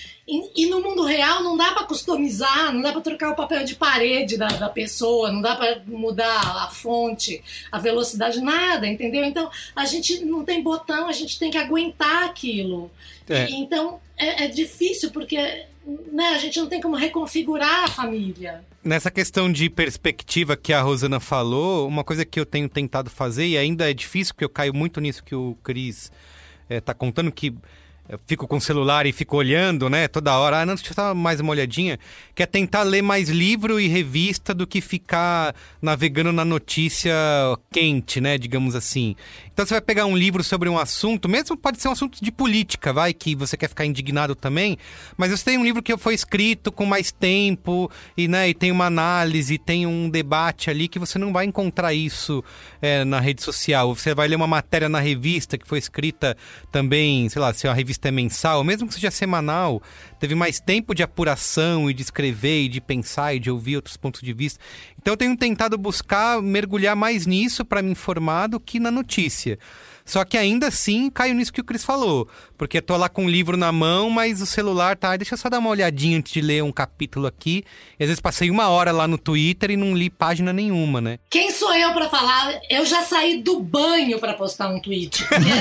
E, e no mundo real não dá pra customizar, não dá pra trocar o papel de parede da, da pessoa, não dá pra mudar a fonte, a velocidade, nada, entendeu? Então a gente não tem botão, a gente tem que aguentar aquilo. É. E, então é, é difícil porque, né, a gente não tem como reconfigurar a família. Nessa questão de perspectiva que a Rosana falou, uma coisa que eu tenho tentado fazer, e ainda é difícil, porque eu caio muito nisso que o Cris é, tá contando, que eu fico com o celular e fico olhando, né, toda hora. Ah, não, deixa eu dar mais uma olhadinha. Que é tentar ler mais livro e revista do que ficar navegando na notícia quente, né, digamos assim. Então você vai pegar um livro sobre um assunto, mesmo pode ser um assunto de política, vai, que você quer ficar indignado também, mas você tem um livro que foi escrito com mais tempo e, né, e tem uma análise, tem um debate ali que você não vai encontrar isso é, na rede social. Você vai ler uma matéria na revista que foi escrita também, sei lá, se é uma revista é mensal, mesmo que seja semanal, teve mais tempo de apuração e de escrever e de pensar e de ouvir outros pontos de vista. Então eu tenho tentado buscar mergulhar mais nisso para me informar do que na notícia. Só que ainda assim caio nisso que o Cris falou, porque eu tô lá com um livro na mão, mas o celular tá, deixa eu só dar uma olhadinha antes de ler um capítulo aqui. E às vezes passei uma hora lá no Twitter e não li página nenhuma, né? Quem sou eu pra falar? Eu já saí do banho pra postar um tweet.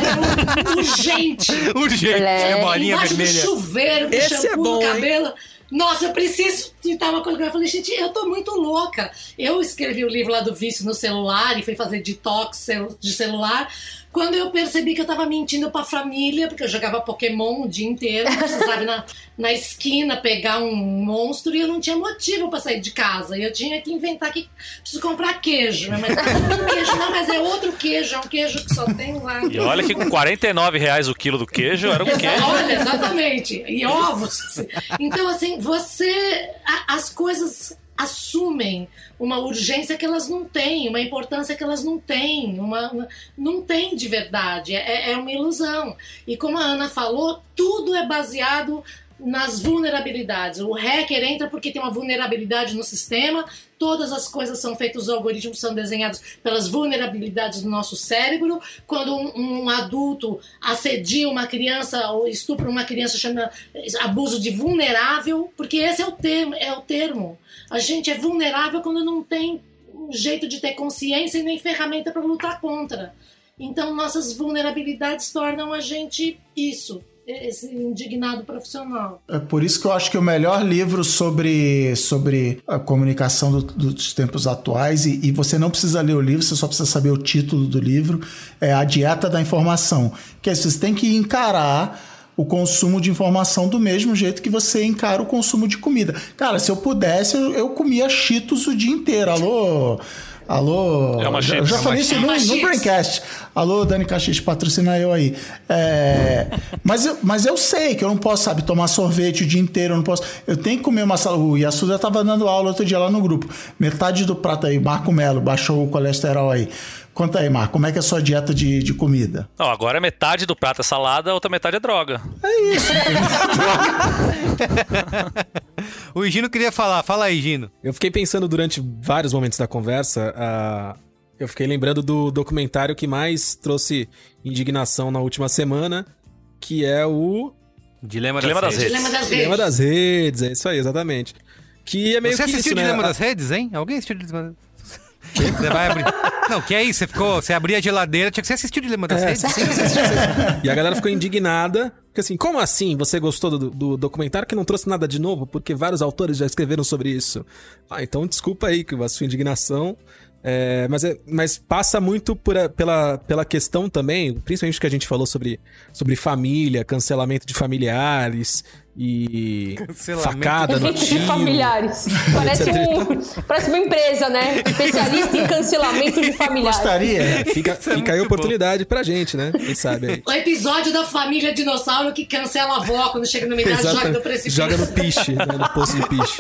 Era urgente. Urgente, é, a bolinha embaixo vermelha. Do chuveiro, do Esse shampoo é bom, no cabelo. Hein? Nossa, eu preciso twittar uma coisa. Eu falei, gente, eu tô muito louca. Eu escrevi o livro lá do vício no celular e fui fazer detox de celular. Quando eu percebi que eu tava mentindo pra família, porque eu jogava Pokémon o dia inteiro, precisava na, na esquina pegar um monstro e eu não tinha motivo pra sair de casa. E eu tinha que inventar que preciso comprar queijo. Mas não, queijo não, mas é outro queijo, é um queijo que só tem lá. E olha que com quarenta e nove reais o quilo do queijo era um Exa- queijo. Olha, exatamente. E ovos. Então, assim, você... A, as coisas assumem uma urgência que elas não têm, uma importância que elas não têm, uma, uma, não tem de verdade, é, é uma ilusão. E como a Ana falou, tudo é baseado nas vulnerabilidades. O hacker entra porque tem uma vulnerabilidade no sistema, todas as coisas são feitas, os algoritmos são desenhados pelas vulnerabilidades do nosso cérebro. Quando um, um adulto assedia uma criança ou estupra uma criança, chama abuso de vulnerável, porque esse é o termo, é o termo. A gente é vulnerável quando não tem um jeito de ter consciência e nem ferramenta para lutar contra. Então nossas vulnerabilidades tornam a gente isso, esse indignado profissional. É por isso que eu acho que o melhor livro sobre, sobre a comunicação do, dos tempos atuais, e, e você não precisa ler o livro, você só precisa saber o título do livro, é A Dieta da Informação. Que é, você tem que encarar o consumo de informação do mesmo jeito que você encara o consumo de comida. Cara, se eu pudesse, eu, eu comia Cheetos o dia inteiro. Alô... Alô, é uma já, chips, já é falei isso no, no Braincast. Alô, Dani Caxias, patrocina eu aí. É, mas, eu, mas eu sei que eu não posso, sabe, tomar sorvete o dia inteiro, eu não posso. Eu tenho que comer uma salada. O Yasuda tava dando aula outro dia lá no grupo. Metade do prato aí, Marco Melo, baixou o colesterol aí. Conta aí, Marco, como é que é a sua dieta de, de comida? Não, agora metade do prato é salada, a outra metade é droga. É isso. O Gino queria falar. Fala aí, Gino. Eu fiquei pensando durante vários momentos da conversa, uh, eu fiquei lembrando do documentário que mais trouxe indignação na última semana, que é o... Dilema, Dilema das, das redes. Dilema das redes. Dilema das redes, é isso aí, exatamente. Que é meio Você que assistiu isso, o Dilema né? das Redes, hein? Alguém assistiu o Dilema das Redes? Você vai abrir... Não, que é isso? Você ficou... Você abria a geladeira, tinha que você assistir o Dilema das É, Redes? sim, sim, sim, sim. E a galera ficou indignada Porque assim, como assim você gostou do, do documentário que não trouxe nada de novo? Porque vários autores já escreveram sobre isso. Ah, então desculpa aí que a sua indignação... É, mas, é, mas passa muito por a, pela, pela questão também, principalmente que a gente falou sobre, sobre família, cancelamento de familiares e facada no tio. De familiares. Parece, um, parece uma empresa, né? Especialista em cancelamento de familiares. Gostaria. É, fica é fica aí a oportunidade bom. Pra gente, né? Quem sabe aí. O episódio da família dinossauro que cancela a avó quando chega no idade, joga no precipício. Joga no piche, né? No poço de piche.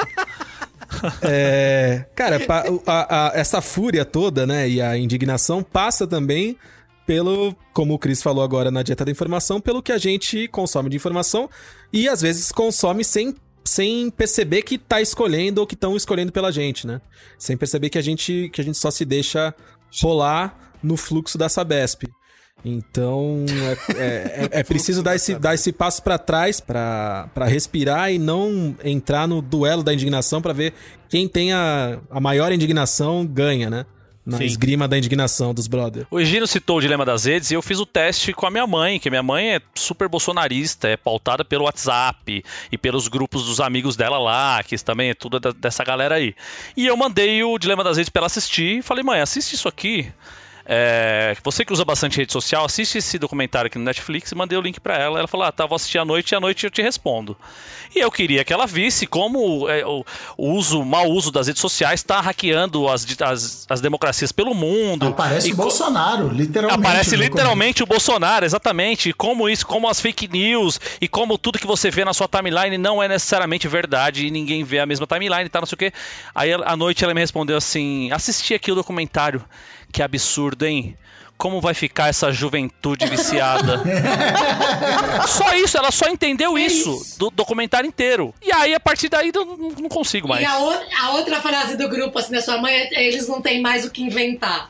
É, cara, a, a, essa fúria toda, né, e a indignação passa também pelo, como o Chris falou agora na Dieta da Informação, pelo que a gente consome de informação e às vezes consome sem, sem perceber que tá escolhendo ou que estão escolhendo pela gente, né? Sem perceber que a gente, que a gente só se deixa rolar no fluxo da Sabesp. Então, é, é, é preciso dar esse, dar esse passo pra trás pra, pra respirar e não entrar no duelo da indignação pra ver quem tem a, a maior indignação ganha, né? Na Sim. esgrima da indignação dos brothers. O Egino citou o Dilema das Redes e eu fiz o teste com a minha mãe, que minha mãe é super bolsonarista, é pautada pelo WhatsApp e pelos grupos dos amigos dela lá, que também é tudo dessa galera aí. E eu mandei o Dilema das Redes pra ela assistir e falei, mãe, assiste isso aqui. É, você que usa bastante rede social, assiste esse documentário aqui no Netflix e mandei o link pra ela. Ela falou, ah, tá, vou assistir à noite e à noite eu te respondo. E eu queria que ela visse como é, o, o uso, o mau uso das redes sociais está hackeando as, as, as democracias pelo mundo. Aparece e o Bolsonaro, literalmente. Aparece literalmente o Bolsonaro, exatamente. E como isso, como as fake news e como tudo que você vê na sua timeline não é necessariamente verdade e ninguém vê a mesma timeline e tá, não sei o quê. Aí à noite ela me respondeu assim, assisti aqui o documentário. Que absurdo, hein? Como vai ficar essa juventude viciada? Só isso, ela só entendeu é isso, isso do documentário inteiro. E aí, a partir daí, eu não, não consigo mais. E a, o, a outra frase do grupo, assim, da sua mãe, é, eles não têm mais o que inventar.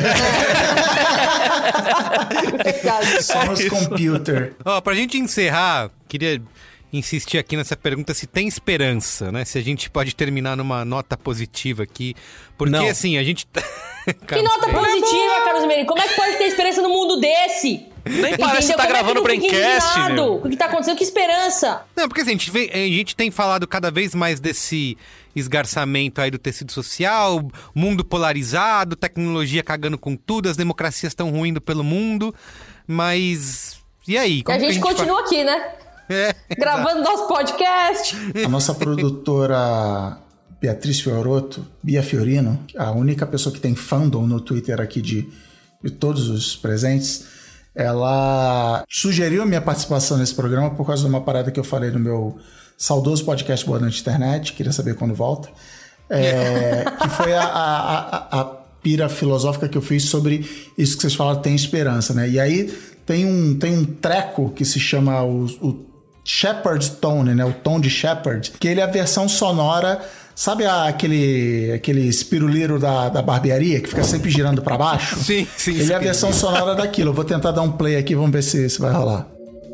Somos computer. Ó, pra gente encerrar, queria insistir aqui nessa pergunta se tem esperança, né? Se a gente pode terminar numa nota positiva aqui. Porque, não. assim, a gente... Que nota positiva, Carlos Meri? Como é que pode ter esperança no mundo desse? Nem parece que tá gravando Braincast, meu. O que tá acontecendo? Que esperança? Não, porque assim, a gente, vê, a gente tem falado cada vez mais desse esgarçamento aí do tecido social, mundo polarizado, tecnologia cagando com tudo, as democracias estão ruindo pelo mundo, mas... E aí? Como e a gente, que a gente continua fa... aqui, né? É, gravando exato. Nosso podcast. A nossa produtora Beatriz Fioroto, Bia Fiorino, a única pessoa que tem fandom no Twitter aqui de, de todos os presentes, ela sugeriu a minha participação nesse programa por causa de uma parada que eu falei no meu saudoso podcast Boa Noite Internet, queria saber quando volta, é, que foi a, a, a, a pira filosófica que eu fiz sobre isso que vocês falaram, tem esperança, né? E aí tem um, tem um treco que se chama o, o Shepard Tone, né? O tom de Shepard, que ele é a versão sonora. Sabe aquele, aquele espiruliro da, da barbearia que fica sempre girando pra baixo? Sim, sim. Ele sim. é a versão sonora daquilo. Eu vou tentar dar um play aqui, vamos ver se, se vai rolar.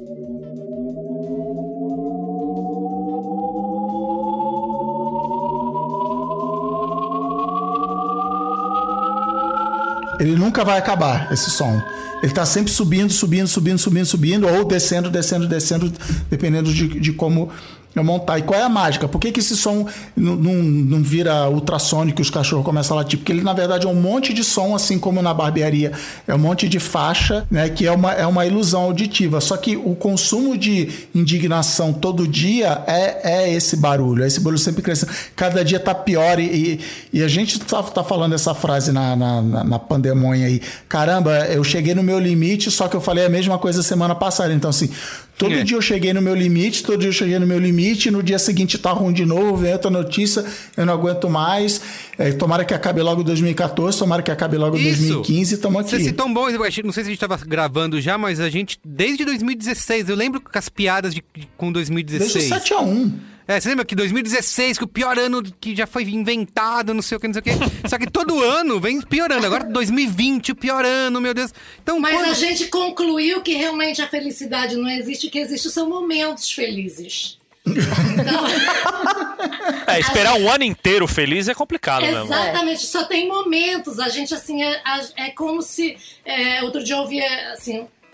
Ele nunca vai acabar, esse som. Ele tá sempre subindo, subindo, subindo, subindo, subindo, ou descendo, descendo, descendo, dependendo de, de como eu montar. E qual é a mágica? Por que que esse som não, não, não vira ultrassônico e os cachorros começam a latir? Porque ele, na verdade, é um monte de som, assim como na barbearia. É um monte de faixa, né? Que é uma, é uma ilusão auditiva. Só que o consumo de indignação todo dia é, é esse barulho. É esse barulho sempre crescendo. Cada dia tá pior. E, e a gente tá, tá falando essa frase na, na, na pandemônia aí. Caramba, eu cheguei no meu limite, só que eu falei a mesma coisa semana passada. Então, assim... Todo é. dia eu cheguei no meu limite, todo dia eu cheguei no meu limite, no dia seguinte tá ruim de novo, vem outra notícia, eu não aguento mais. É, tomara que acabe logo dois mil e catorze, tomara que acabe logo dois mil e quinze, estamos aqui. Você citou um bom, não sei se a gente tava gravando já, mas a gente, desde dois mil e dezesseis, eu lembro com as piadas de, com dois mil e dezesseis. Desde o sete a um. É, você lembra que dois mil e dezesseis, que o pior ano que já foi inventado, não sei o que, não sei o que. Só que todo ano vem piorando. Agora dois mil e vinte, o pior ano, meu Deus. Então, Mas quando... a gente concluiu que realmente a felicidade não existe, o que existe são momentos felizes. Então... É, esperar gente... um ano inteiro feliz é complicado, né? Exatamente, só tem momentos. A gente, assim, é, é como se... É, outro dia eu ouvi, assim...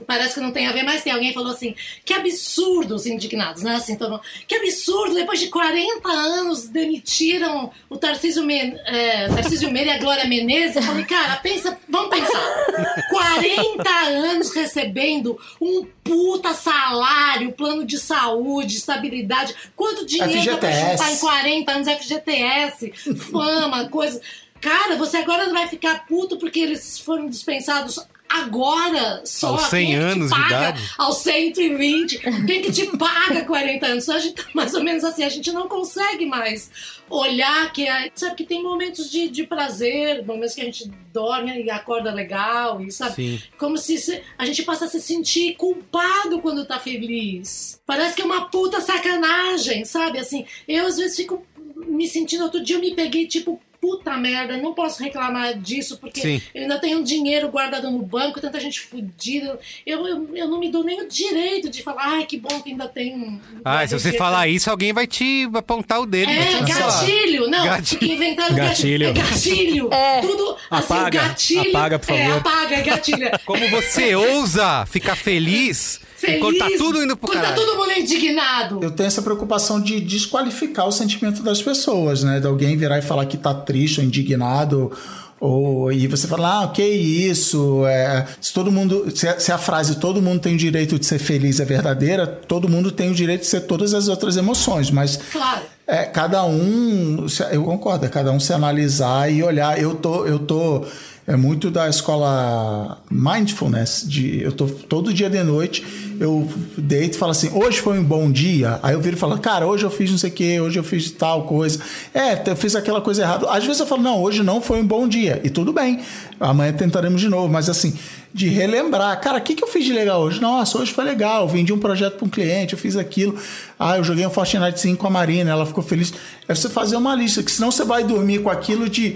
parece que não tem a ver, mas tem. Alguém falou assim, que absurdo os indignados, né? Assim, todo mundo, que absurdo, depois de quarenta anos demitiram o Tarcísio, Men, é, Tarcísio Meira e a Glória Menezes. Eu falei, cara, pensa, vamos pensar. quarenta anos recebendo um puta salário, plano de saúde, estabilidade. Quanto dinheiro dá pra juntar em quarenta anos? F G T S, fama, coisa... Cara, você agora vai ficar puto porque eles foram dispensados agora só. Aos cem anos de idade. Aos cento e vinte. Quem que te paga quarenta anos? A gente tá mais ou menos assim, a gente não consegue mais olhar que... É, sabe que tem momentos de, de prazer, momentos que a gente dorme e acorda legal, e sabe? Sim. Como se, se a gente passa a se sentir culpado quando tá feliz. Parece que é uma puta sacanagem, sabe? Assim, eu às vezes fico me sentindo... Outro dia eu me peguei, tipo... Puta merda, não posso reclamar disso, porque Sim. eu ainda tenho dinheiro guardado no banco, tanta gente fodida. Eu, eu, eu não me dou nem o direito de falar, ai, que bom que ainda tem um... Ah, se você falar isso, alguém vai te apontar o dedo. É, gatilho! Não, gatilho. fica inventando gatilho. É gatilho. É. Tudo apaga, assim, gatilho. Apaga, por favor. É, apaga, gatilho. Como você ousa ficar feliz... Feliz, enquanto tá tudo indo pro quando caralho. Tá todo mundo indignado. Eu tenho essa preocupação de desqualificar o sentimento das pessoas, né? De alguém virar e falar que tá triste ou indignado, ou, e você fala, ah, que isso? É, se todo mundo, se a, se a frase todo mundo tem o direito de ser feliz é verdadeira, todo mundo tem o direito de ser todas as outras emoções, mas... Claro. É, cada um, eu concordo, é cada um se analisar e olhar. Eu tô... Eu tô É muito da escola mindfulness, de, eu tô todo dia de noite, eu deito e falo assim, hoje foi um bom dia, aí eu viro e falo, cara, hoje eu fiz não sei o que, hoje eu fiz tal coisa, é, eu fiz aquela coisa errada, às vezes eu falo, não, hoje não foi um bom dia, e tudo bem, amanhã tentaremos de novo, mas assim, de relembrar, cara, o que, que eu fiz de legal hoje? Nossa, hoje foi legal, eu vendi um projeto para um cliente, eu fiz aquilo, ah, eu joguei um Fortnite cinco com a Marina, ela ficou feliz, é você fazer uma lista, que senão você vai dormir com aquilo de...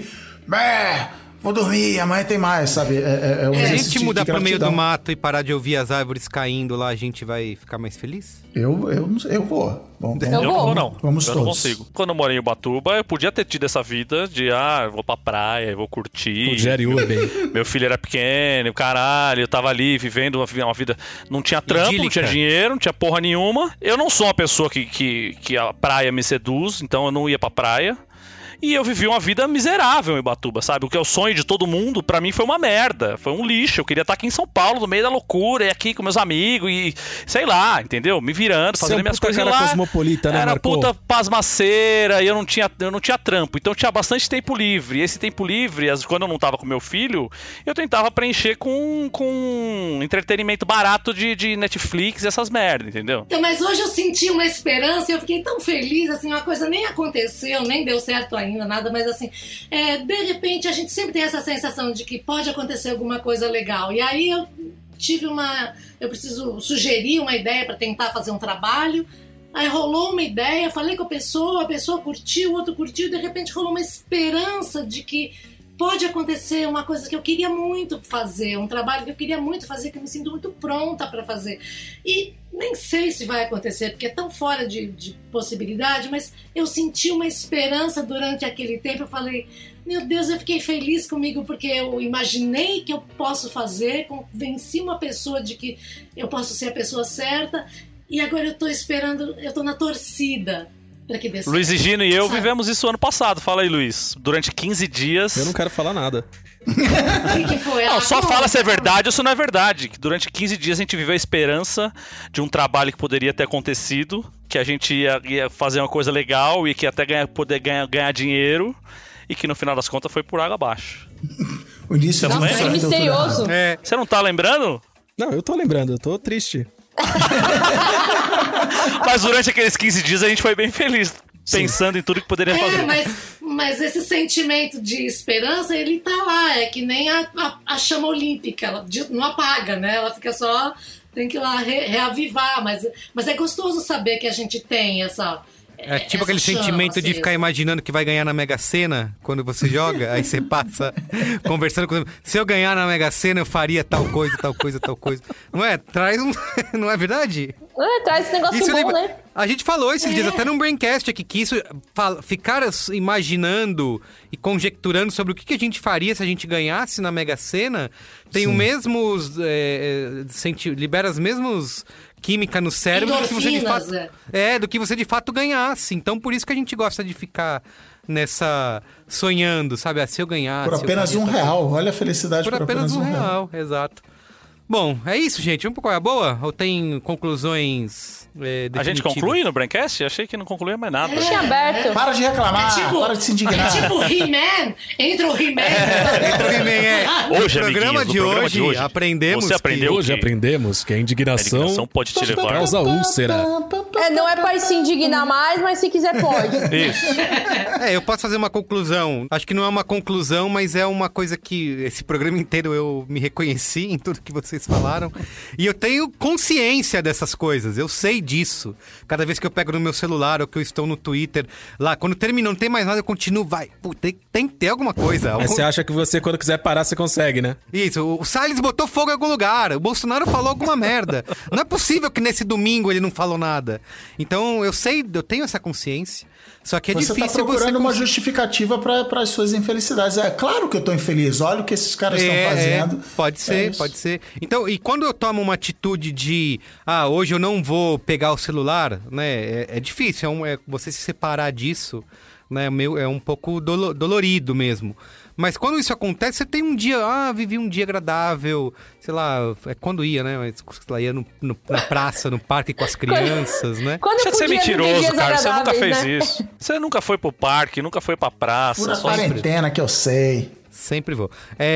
Vou dormir, amanhã tem mais, sabe? É, é, é Se a gente mudar pro meio do mato e parar de ouvir as árvores caindo lá, a gente vai ficar mais feliz? Eu, eu, eu vou. Vamos, eu não vou, não. Vamos eu todos. não consigo. Quando eu morei em Ubatuba, eu podia ter tido essa vida de, ah, eu vou pra praia, eu vou curtir. O Jerry Urban. Meu filho era pequeno, caralho, eu tava ali vivendo uma, uma vida... Não tinha trampo, Idílica. Não tinha dinheiro, não tinha porra nenhuma. Eu não sou uma pessoa que, que, que a praia me seduz, então eu não ia pra praia. E eu vivi uma vida miserável em Ubatuba, sabe? O que é o sonho de todo mundo, pra mim foi uma merda. Foi um lixo. Eu queria estar aqui em São Paulo, no meio da loucura, e aqui com meus amigos, e sei lá, entendeu? Me virando, fazendo é um minhas puta coisas cara lá. Cosmopolita, né, Era Marco? puta pasmaceira, e eu não, tinha, eu não tinha trampo. Então eu tinha bastante tempo livre. E esse tempo livre, quando eu não tava com meu filho, eu tentava preencher com, com entretenimento barato de, de Netflix e essas merdas, entendeu? Então, mas hoje eu senti uma esperança, eu fiquei tão feliz, assim, uma coisa nem aconteceu, nem deu certo ainda, nada, mas assim, É, de repente a gente sempre tem essa sensação de que pode acontecer alguma coisa legal, e aí eu tive uma, eu preciso sugerir uma ideia para tentar fazer um trabalho, aí rolou uma ideia, falei com a pessoa, a pessoa curtiu, o outro curtiu, de repente rolou uma esperança de que pode acontecer uma coisa que eu queria muito fazer, um trabalho que eu queria muito fazer, que eu me sinto muito pronta para fazer. E nem sei se vai acontecer, porque é tão fora de, de possibilidade, mas eu senti uma esperança durante aquele tempo. Eu falei, meu Deus, eu fiquei feliz comigo, porque eu imaginei que eu posso fazer, convenci uma pessoa de que eu posso ser a pessoa certa, e agora eu tô esperando, eu tô na torcida. Luiz e Gino e eu vivemos isso ano passado. Fala aí, Luiz. Durante quinze dias... Eu não quero falar nada. O que foi? Não, só fala se é verdade ou se não é verdade. Que durante quinze dias a gente viveu a esperança de um trabalho que poderia ter acontecido, que a gente ia, ia fazer uma coisa legal e que ia até ganhar, poder ganhar, ganhar dinheiro, e que no final das contas foi por água abaixo. O início não é misterioso. É. Você não tá lembrando? Não, eu tô lembrando, eu tô triste. Mas durante aqueles quinze dias a gente foi bem feliz, Sim. pensando em tudo que poderia é, fazer. Mas, mas esse sentimento de esperança, ele tá lá, é que nem a, a, a chama olímpica, ela não apaga, né? Ela fica só, tem que ir lá re, reavivar, mas, mas é gostoso saber que a gente tem essa... É tipo aquele chama, sentimento de ficar imaginando que vai ganhar na Mega Sena quando você joga, aí você passa conversando com... Se eu ganhar na Mega Sena, eu faria tal coisa, tal coisa, tal coisa. Não é? Traz um... Não é verdade? É, traz esse negócio Isso bom, lembra- né? A gente falou esses É. dias até num Braincast aqui, que isso, fala- ficar as- imaginando e conjecturando sobre o que, que a gente faria se a gente ganhasse na Mega Sena, tem Sim. o mesmos, é, é, senti- libera as mesmas química no cérebro do que você de Endorfinas, fato, é. é, do que você de fato ganhasse. Então por isso que a gente gosta de ficar nessa sonhando, sabe? Ah, se eu ganhasse, Por eu apenas faria um tal- real. Olha a felicidade Por apenas um real, exato. Bom, é isso, gente. Vamos pro Qual é a Boa? Ou tem conclusões é, A gente definitivas? conclui no Braincast? Achei que não concluía mais nada. Deixa aberto. Para de reclamar, É tipo- para de se indignar. É tipo He-Man, entra o He-Man. Entra o He-Man, é. Hoje, no programa, amiguinhos, de, no programa hoje, de hoje, aprendemos você aprendeu que... Hoje que- aprendemos que a A indignação, indignação pode te levar. causa úlcera. É, não é pra se indignar mais, mas se quiser pode. Isso. É, eu posso fazer uma conclusão. Acho que não é uma conclusão, mas é uma coisa que esse programa inteiro eu me reconheci em tudo que vocês falaram. E eu tenho consciência dessas coisas, eu sei disso. Cada vez que eu pego no meu celular ou que eu estou no Twitter, lá, quando terminou, não tem mais nada, eu continuo, vai. Pô, tem, tem que ter alguma coisa. Mas algum- você acha que você, quando quiser parar, você consegue, né? Isso, o Salles botou fogo em algum lugar, o Bolsonaro falou alguma merda. Não é possível que nesse domingo ele não falou nada. Então, eu sei, eu tenho essa consciência, só que é Você difícil está procurando você... uma cons- justificativa para as suas infelicidades. É claro que eu estou infeliz. Olha o que esses caras estão É, fazendo. é, pode ser, isso. pode ser. Então, e quando eu tomo uma atitude de, ah, hoje eu não vou pegar o celular, né? É, é difícil, é, um- é você se separar disso, né? Meu, é um pouco dolo- dolorido mesmo. Mas quando isso acontece, você tem um dia, ah, vivi um dia agradável, sei lá, é quando ia, né? Mas, sei lá, ia no, no- na praça, no parque com as crianças, né? Quando Deixa eu de ser podia viver mentiroso, dias cara. Você nunca agradáveis, fez né? isso. Você nunca foi pro parque, nunca foi pra praça. Pura Só quarentena que eu sei. Sempre vou.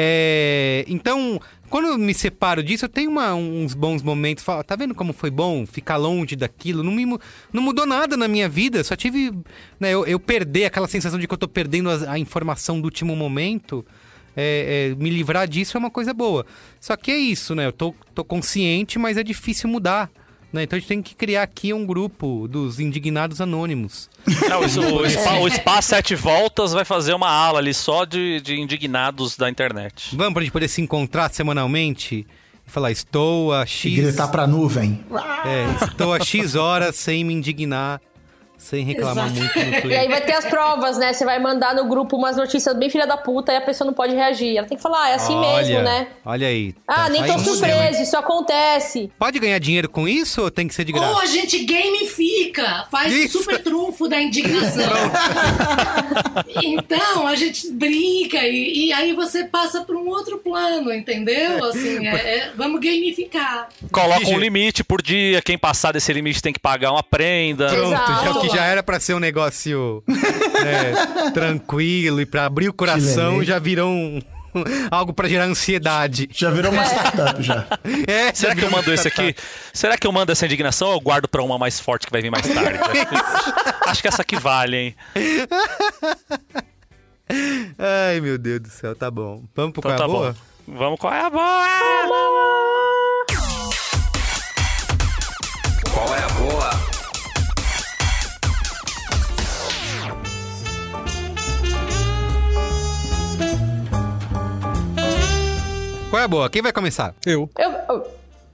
É, Então, quando eu me separo disso, eu tenho uma- uns bons momentos. Falo, tá vendo como foi bom ficar longe daquilo? Não, me, mu- não mudou nada na minha vida. Só tive. Né, eu, eu perder aquela sensação de que eu tô perdendo as- a, informação do último momento. É, é, me livrar disso é uma coisa boa. Só que é isso, né? Eu tô, tô consciente, mas é difícil mudar. Né? Então a gente tem que criar aqui um grupo dos indignados anônimos. Não, isso- o, Spa, o Spa Sete Voltas vai fazer uma ala ali só de, de indignados da internet. Vamos pra gente poder se encontrar semanalmente e falar, estou a X. E gritar pra nuvem. É, estou a X horas sem me indignar, sem reclamar Exato. muito no E aí Twitter. vai ter as provas, né? Você vai mandar no grupo umas notícias bem filha da puta e a pessoa não pode reagir. Ela tem que falar, ah, é assim mesmo, né? Olha aí. Ah, Tá- nem tá tô aí um surpreso, modelo. isso acontece. Pode ganhar dinheiro com isso ou tem que ser de graça? Ou a gente gamifica, faz Isso. o super trunfo da indignação. Então, a gente brinca e, e aí você passa para um outro plano, entendeu? Assim, é- é- vamos gamificar. Coloca Bicho. um limite por dia, quem passar desse limite tem que pagar uma prenda. Pronto, já, o que Exato. já era pra ser um negócio né, tranquilo e pra abrir o coração, Chilelê. já virou um, algo pra gerar ansiedade. Já virou uma startup já. É, Será já que eu virou mando uma esse aqui? Será que eu mando essa indignação ou eu guardo pra uma mais forte que vai vir mais tarde? Acho que essa aqui vale, hein? Ai, meu Deus do céu, tá bom. Vamos pro Então qual é tá a boa? bom. Vamos com a boa! Qual é a boa? Qual é a boa? Quem vai começar? Eu. Eu, eu-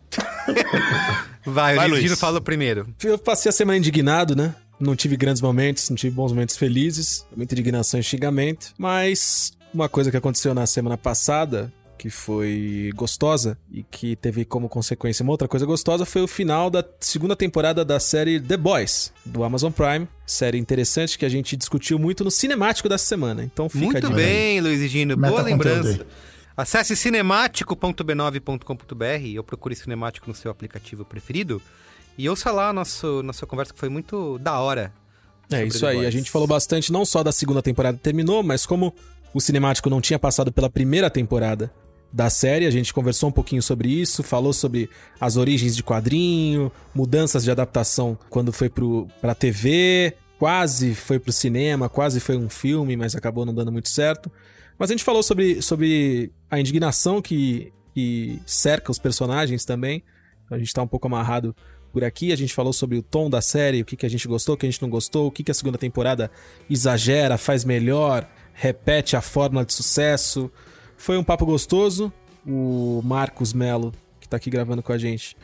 Vai, Vai, o Luiz Luiz. Gino falou primeiro. Eu passei a semana indignado, né? Não tive grandes momentos, não tive bons momentos felizes, muita indignação e xingamento, mas uma coisa que aconteceu na semana passada, que foi gostosa e que teve como consequência uma outra coisa gostosa, foi o final da segunda temporada da série The Boys, do Amazon Prime. Série interessante que a gente discutiu muito no cinemático dessa semana, então fica a Muito dica. bem, Luiz Gino. Boa Meta conteúdo lembrança. aí. Acesse cinemático ponto b nove ponto com ponto b r ou procure Cinemático no seu aplicativo preferido e ouça lá a nosso, nossa conversa que foi muito da hora. É sobre isso The aí, Boys. a gente falou bastante não só da segunda temporada que terminou, mas como o cinemático não tinha passado pela primeira temporada da série, a gente conversou um pouquinho sobre isso, falou sobre as origens de quadrinho, mudanças de adaptação quando foi pro, pra T V, quase foi pro cinema, quase foi um filme, mas acabou não dando muito certo. Mas a gente falou sobre, sobre a indignação que, que cerca os personagens também. A gente tá um pouco amarrado por aqui. A gente falou sobre o tom da série, o que, que a gente gostou, o que a gente não gostou, o que, que a segunda temporada exagera, faz melhor, repete a fórmula de sucesso. Foi um papo gostoso. O Marcos Melo, que tá aqui gravando com a gente,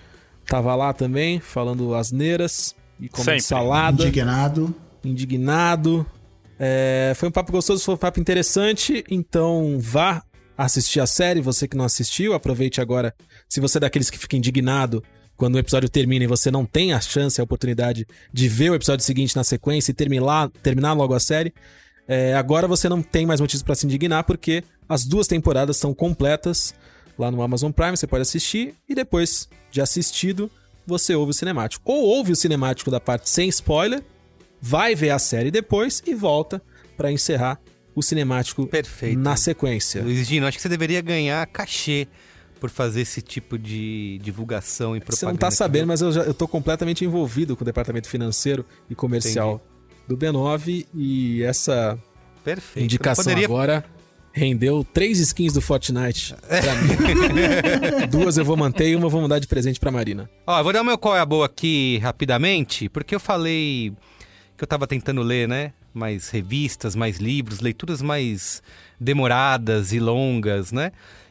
Tava lá também, falando asneiras e comendo Sempre. salada. Indignado. Indignado. É, foi um papo gostoso, foi um papo interessante. Então vá assistir a série, você que não assistiu, aproveite agora. Se você é daqueles que fica indignado quando o episódio termina e você não tem a chance, a oportunidade de ver o episódio seguinte na sequência e terminar, terminar logo a série, é, agora você não tem mais motivos para se indignar, porque as duas temporadas são completas lá no Amazon Prime, você pode assistir e depois de assistido, você ouve o cinemático. Ou ouve o cinemático da parte sem spoiler, vai ver a série depois e volta para encerrar o cinemático Perfeito. Na sequência. Luiz Gino, acho que você deveria ganhar cachê por fazer esse tipo de divulgação e propaganda. Você não tá sabendo, mas eu, já, eu tô completamente envolvido com o departamento financeiro e comercial Entendi. Do B nove e essa Perfeito. indicação Poderia... agora rendeu três skins do Fortnite pra mim. Duas eu vou manter e uma eu vou mandar de presente pra Marina. Ó, eu vou dar o meu qual é a boa aqui rapidamente, porque eu falei que eu tava tentando ler, né? Mais revistas, mais livros, leituras mais demoradas e longas, né?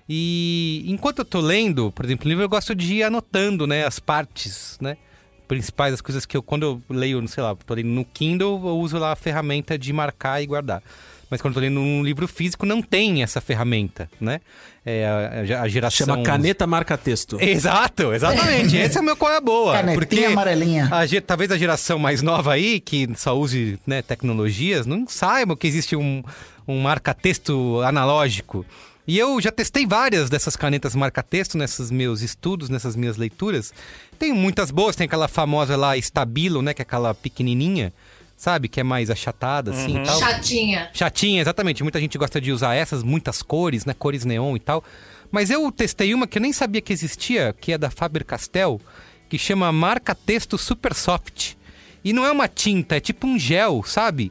E enquanto eu tô lendo, por exemplo, livro, eu gosto de ir anotando, né, as partes, né, principais, as coisas que eu, quando eu leio, sei lá, tô lendo no Kindle, eu uso lá a ferramenta de marcar e guardar. Mas quando eu tô lendo um livro físico, não tem essa ferramenta, né? É a, a geração... Chama caneta marca-texto. Exato, exatamente. Esse é o meu qual é a boa. Canetinha porque amarelinha. A, talvez a geração mais nova aí, que só use, né, tecnologias, não saiba que existe um, um marca-texto analógico. E eu já testei várias dessas canetas marca-texto nesses meus estudos, nessas minhas leituras. Tem muitas boas, tem aquela famosa lá Stabilo, né, que é aquela pequenininha, sabe? Que é mais achatada, assim, Uhum. e tal. Chatinha. Chatinha, exatamente. Muita gente gosta de usar essas, muitas cores, né? Cores neon e tal. Mas eu testei uma que eu nem sabia que existia, que é da Faber-Castell, que chama Marca-Texto Super Soft. E não é uma tinta, é tipo um gel, sabe?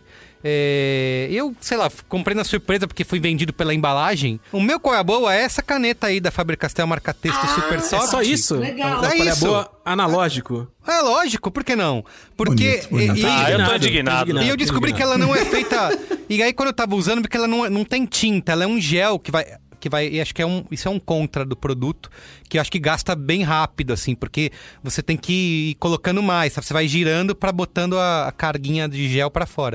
É... Eu, sei lá, comprei na surpresa porque foi vendido pela embalagem. O meu qual é a boa é essa caneta aí da Faber-Castell Marca-Texto Ah, Super Soft. É só isso? Legal. É É qual é a isso. boa? Analógico. É lógico, por que não? Porque... Bonito, bonito. e- e- Ah, eu tô Indignado, indignado. E eu descobri que ela não é feita... E aí, quando eu tava usando, porque ela não, é- não tem tinta, ela é um gel que vai... Que vai e acho que é um, isso é um contra do produto, que eu acho que gasta bem rápido, assim, porque você tem que ir colocando mais, sabe? Você vai girando pra botando a, a carguinha de gel pra fora.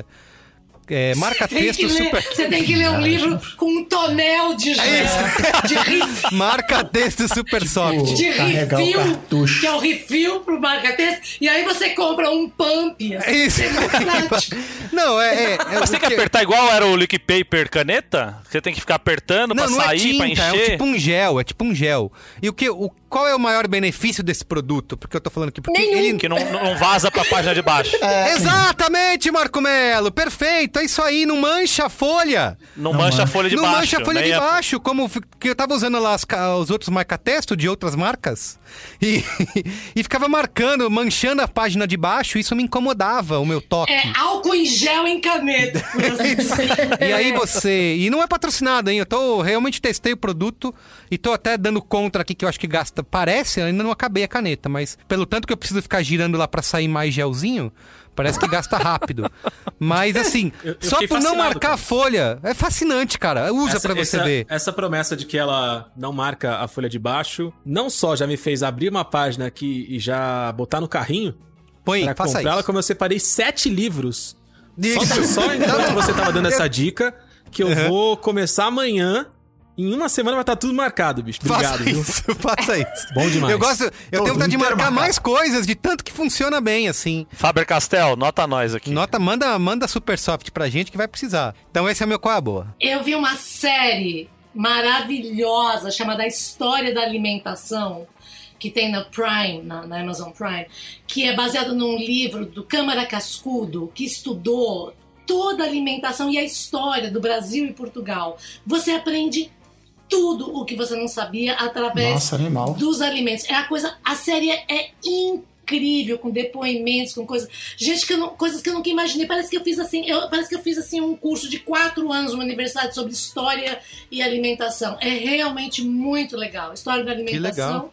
É, marca-texto Tem que ler- super... Você tem que ler um livro com um tonel de gel. De refil. Marca-texto super soft. De Carregar o refil, cartucho. que é o refil pro marca-texto, e aí você compra um pump. Assim, É isso. é muito prático. Não, é... é, é Mas o tem que apertar igual era o Lick Paper caneta? Você tem que ficar apertando Não, pra não sair, é tinta, pra é um, encher? tipo um gel, é tipo um gel. E o que, o, qual é o maior benefício desse produto? Porque eu tô falando aqui, porque Nenhum. ele... Que não, não vaza pra página de baixo. Exatamente, Marco Melo, perfeito, é isso aí, não mancha a folha. Não, mancha a folha de não baixo. mancha a folha nem de a- baixo, como f- que eu tava usando lá as ca- os outros marca-texto de outras marcas e, e ficava marcando, manchando a página de baixo, isso me incomodava, o meu toque. É álcool em gel em caneta. por assim dizer. E aí você... E não é patrocinado, hein? Eu tô... Realmente testei o produto e tô até dando contra aqui que eu acho que gasta... Parece, ainda não acabei a caneta, mas pelo tanto que eu preciso ficar girando lá pra sair mais gelzinho, parece que gasta rápido. Mas assim, Eu- eu só fiquei por não fascinado, marcar cara. a folha, é fascinante, cara. Usa pra você essa, ver. Essa promessa de que ela não marca a folha de baixo, não só já me fez abrir uma página aqui e já botar no carrinho Põe, pra faça comprá-la, isso. como eu separei sete livros. Só, Isso. só enquanto você tava dando essa dica, que eu Uhum. vou começar amanhã. Em uma semana vai estar tudo marcado, bicho. Obrigado, Faça viu? isso, faça isso. Bom demais. Eu gosto, eu Todo tenho vontade de inteiro marcar marcado. mais coisas, de tanto que funciona bem, assim. Faber-Castell, nota nós aqui. Nota, manda, manda super soft pra gente que vai precisar. Então esse é o meu qual é a boa. Eu vi uma série maravilhosa chamada A História da Alimentação, que tem na Prime, na, na Amazon Prime, que é baseado num livro do Câmara Cascudo, que estudou toda a alimentação e a história do Brasil e Portugal. Você aprende tudo o que você não sabia através Nossa, animal. dos alimentos. É a coisa, a série é incrível, com depoimentos, com coisas, gente que eu não, coisas que eu nunca imaginei. Parece que eu fiz assim, eu, parece que eu fiz assim um curso de quatro anos numa universidade sobre história e alimentação. É realmente muito legal. História da alimentação. legal.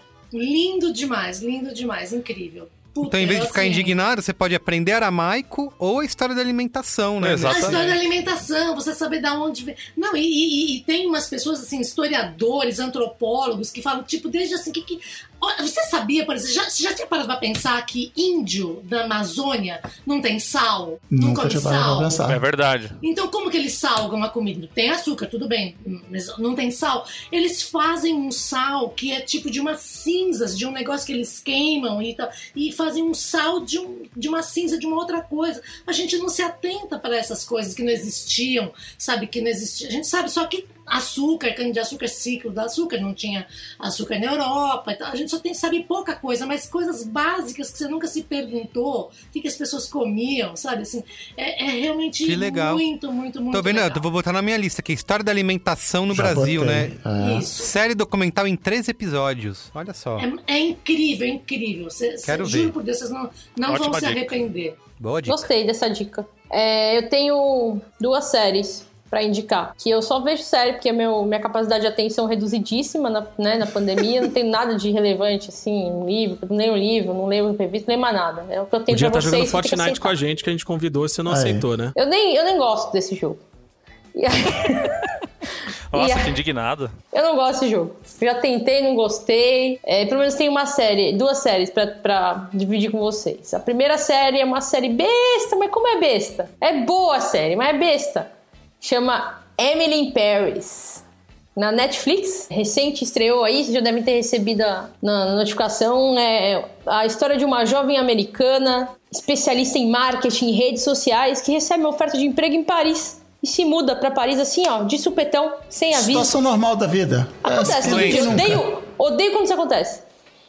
Lindo demais, lindo demais, incrível. Puta, Então, em vez de eu, ficar assim, indignado, você pode aprender aramaico ou a história da alimentação, né? Exato. A história da alimentação, você saber da onde vem. Não, e, e- e tem umas pessoas, assim, historiadores, antropólogos, que falam, tipo, desde assim, que, que Você sabia, por exemplo, já, você já tinha parado pra pensar que índio da Amazônia não tem sal? Nunca não come tinha parado sal? pra pensar. É verdade. Então como que eles salgam a comida? Tem açúcar, tudo bem, mas não tem sal. Eles fazem um sal que é tipo de umas cinzas, de um negócio que eles queimam e tal, e fazem um sal de, um, de uma cinza de uma outra coisa. A gente não se atenta para essas coisas que não existiam, sabe, que não existiam. A gente sabe só que açúcar, cana de açúcar, ciclo do açúcar, não tinha açúcar na Europa e tal. A gente só tem, sabe pouca coisa, mas coisas básicas que você nunca se perguntou, o que, que as pessoas comiam, sabe? Assim, é, é realmente que legal. muito, muito, muito Tô vendo, legal. eu vou botar na minha lista aqui, História da Alimentação no Já Brasil, botei. né? É. Isso. Série documental em três episódios. Olha só. É, é incrível, é incrível. Cê, Quero cê, juro ver. por Deus, vocês não, não vão se dica. arrepender. Boa dica. Gostei dessa dica. É, eu tenho duas séries pra indicar, que eu só vejo série porque meu, minha capacidade de atenção é reduzidíssima na, né, na pandemia, não tem nada de relevante, assim, um livro, não leio um livro, não leio revista, não leio mais nada. É o que eu tenho Podia pra estar vocês. jogando fica Fortnite com a sentado. gente, que a gente convidou e você não Aí. aceitou, né? Eu nem, eu nem gosto desse jogo. E aí... Nossa, E a- que indignado. Eu não gosto desse jogo. Já tentei, não gostei. É, pelo menos tem uma série, duas séries pra, pra dividir com vocês. A primeira série é uma série besta, mas como é besta? É boa a série, mas é besta. Chama Emily in Paris. Na Netflix, recente estreou aí, vocês já devem ter recebido a na notificação. É a história de uma jovem americana, especialista em marketing e redes sociais, que recebe uma oferta de emprego em Paris. E se muda pra Paris assim, ó, de supetão, sem aviso. Situação normal da vida. Acontece É, todo quem dia. Eu nunca? odeio, odeio quando isso acontece.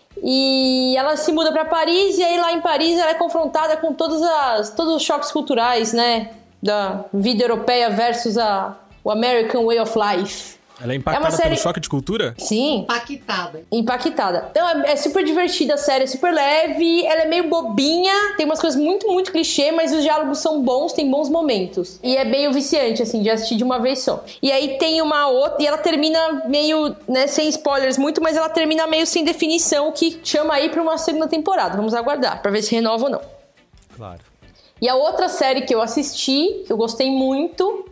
E ela se muda pra Paris, e aí lá em Paris ela é confrontada com todas as, todos os choques culturais, né? Da vida europeia versus a, o American Way of Life. Ela é impactada É uma série- pelo choque de cultura? Sim, Impactada. impactada. Então é, é super divertida a série, é super leve, ela é meio bobinha, tem umas coisas muito, muito clichê, mas os diálogos são bons, tem bons momentos. E é meio viciante, assim, de assistir de uma vez só. E aí tem uma outra, e ela termina meio, né, sem spoilers muito, mas ela termina meio sem definição, o que chama aí pra uma segunda temporada. Vamos aguardar, pra ver se renova ou não. Claro. E a outra série que eu assisti, que eu gostei muito,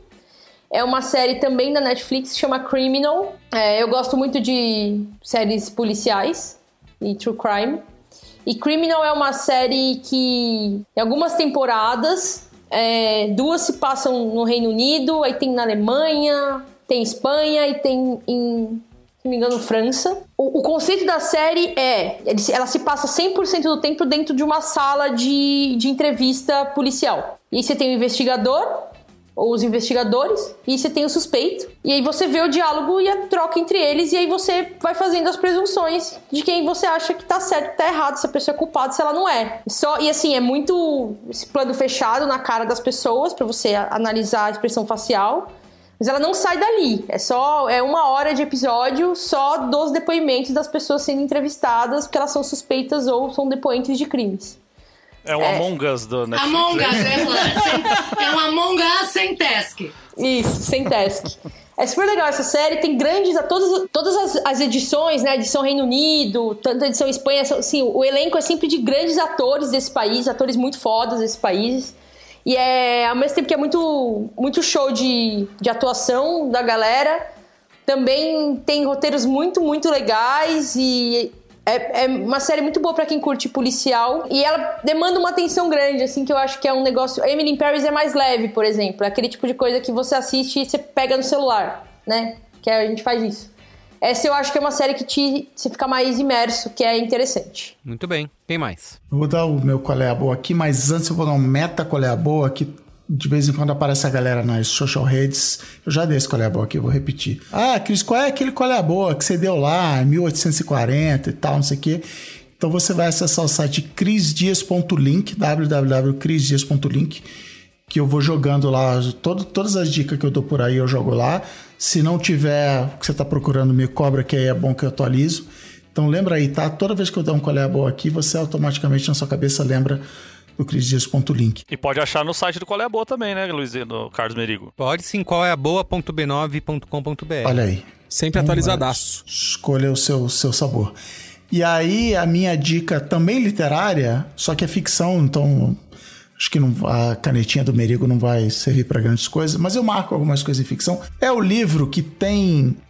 é uma série também da Netflix, chama Criminal. É, eu gosto muito de séries policiais e true crime. E Criminal é uma série que, em algumas temporadas, é, duas se passam no Reino Unido, aí tem na Alemanha, tem Espanha e tem em, se não me engano, França. O, o conceito da série é, ele se- ela se passa cem por cento do tempo dentro de uma sala de, de entrevista policial. E aí você tem o investigador, ou os investigadores, e você tem o suspeito, e aí você vê o diálogo e a troca entre eles, e aí você vai fazendo as presunções de quem você acha que tá certo, que tá errado, se a pessoa é culpada, se ela não é. Só, e assim, é muito esse plano fechado na cara das pessoas, pra você a- analisar a expressão facial, mas ela não sai dali, é só é uma hora de episódio só dos depoimentos das pessoas sendo entrevistadas, porque elas são suspeitas ou são depoentes de crimes. É um Among Us do Netflix. Among Us, né? eu ia falar, sem- é um Among Us sem task. Isso, sem task. É super legal essa série, tem grandes, todas, todas as, as edições, né, edição Reino Unido, tanto a edição Espanha, assim, o elenco é sempre de grandes atores desse país, atores muito fodas desses países, e é, ao mesmo tempo que é muito, muito show de, de atuação da galera, também tem roteiros muito, muito legais e... É, é uma série muito boa pra quem curte policial. E ela demanda uma atenção grande, assim, que eu acho que é um negócio... Emily in Paris é mais leve, por exemplo. É aquele tipo de coisa que você assiste e você pega no celular, né? Que a gente faz isso. Essa eu acho que é uma série que te, você fica mais imerso, que é interessante. Muito bem. Quem mais? Eu vou dar o meu qual é a boa aqui, mas antes eu vou dar um meta qual é a boa, que de vez em quando aparece a galera nas social redes. Eu já dei esse qual é a boa aqui, eu vou repetir. Ah, Cris, qual é aquele qual é a boa que você deu lá em mil oitocentos e quarenta e tal, não sei o quê. Então você vai acessar o site cris dias ponto link, w w w ponto cris dias ponto link, que eu vou jogando lá, todo, todas as dicas que eu dou por aí eu jogo lá. Se não tiver o que você está procurando, me cobra, que aí é bom que eu atualizo. Então lembra aí, tá? Toda vez que eu der um qual é a boa aqui, você automaticamente na sua cabeça lembra do cris dias ponto link. E pode achar no site do Qual é a Boa também, né, Luiz, do Carlos Merigo? Pode sim, qual é a boa ponto b nove ponto com ponto b r. Olha aí. Sempre atualizadaço. Escolha o seu, seu sabor. E aí, a minha dica também literária, só que é ficção, então acho que não, a canetinha do Merigo não vai servir para grandes coisas, mas eu marco algumas coisas em ficção. É o livro que tem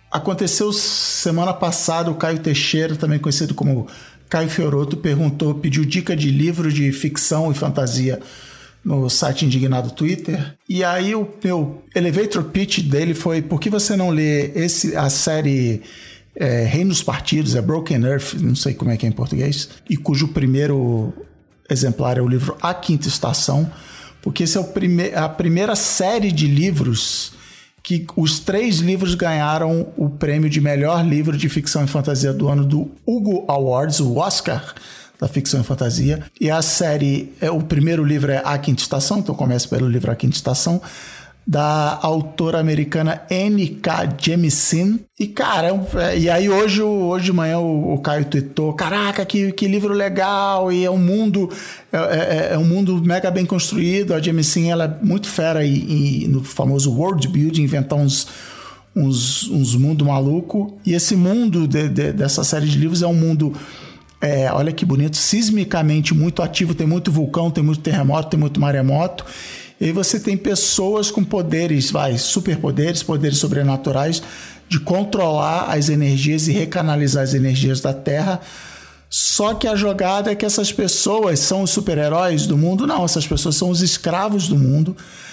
Aconteceu semana passada, o Caio Teixeira, também conhecido como Caio Fioroto, perguntou, pediu dica de livro de ficção e fantasia no site Indignado Twitter. E aí o meu elevator pitch dele foi: por que você não lê esse, a série é, Reinos Partidos, é Broken Earth, não sei como é que é em português, e cujo primeiro exemplar é o livro A Quinta Estação, porque esse é o prime- a primeira série de livros que os três livros ganharam o prêmio de melhor livro de ficção e fantasia do ano do Hugo Awards, o Oscar da ficção e fantasia. E a série, é, o primeiro livro é A Quinta Estação, então começa pelo livro A Quinta Estação, da autora americana N K Jemisin. E, cara, é, e aí hoje, hoje de manhã o, o Caio tweetou: caraca, que, que livro legal, e é um mundo é, é, é um mundo mega bem construído. A Jemisin, ela é muito fera e, e no famoso world building, inventar uns, uns, uns mundos malucos. E esse mundo de, de, dessa série de livros é um mundo, é, olha que bonito, sismicamente muito ativo, tem muito vulcão, tem muito terremoto, tem muito maremoto. E aí você tem pessoas com poderes, vai, superpoderes, poderes sobrenaturais, de controlar as energias e recanalizar as energias da Terra. Só que a jogada é que essas pessoas são os super-heróis do mundo. Não, essas pessoas são os escravos do mundo,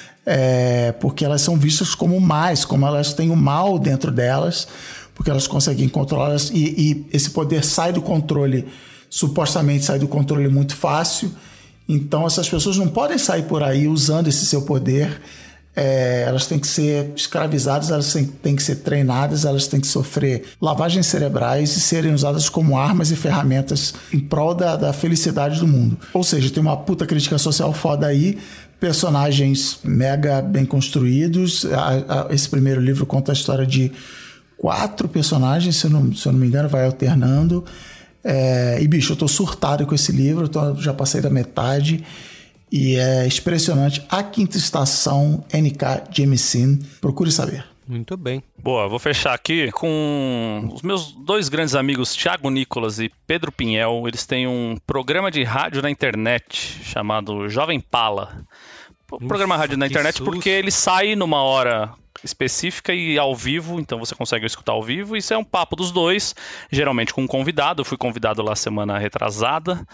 é, porque elas são vistas como mais, como elas têm o mal dentro delas, porque elas conseguem controlar, e, e esse poder sai do controle, supostamente sai do controle muito fácil. Então essas pessoas não podem sair por aí usando esse seu poder, é, elas têm que ser escravizadas, elas têm, têm que ser treinadas, elas têm que sofrer lavagens cerebrais e serem usadas como armas e ferramentas em prol da, da felicidade do mundo. Ou seja, tem uma puta crítica social foda aí, personagens mega bem construídos. A, a, esse primeiro livro conta a história de quatro personagens, se eu não, se eu não me engano, vai alternando. É, e, bicho, eu tô surtado com esse livro, eu tô, já passei da metade e é impressionante. A Quinta Estação, N K Jemisin, procure saber. Muito bem. Boa, vou fechar aqui com os meus dois grandes amigos, Thiago Nicolas e Pedro Pinhel. Eles têm um programa de rádio na internet chamado Jovem Pala. Programa Ufa, rádio na internet susto. Porque ele sai numa hora específica e ao vivo, então você consegue escutar ao vivo. Isso é um papo dos dois, geralmente com um convidado. Eu fui convidado lá semana retrasada.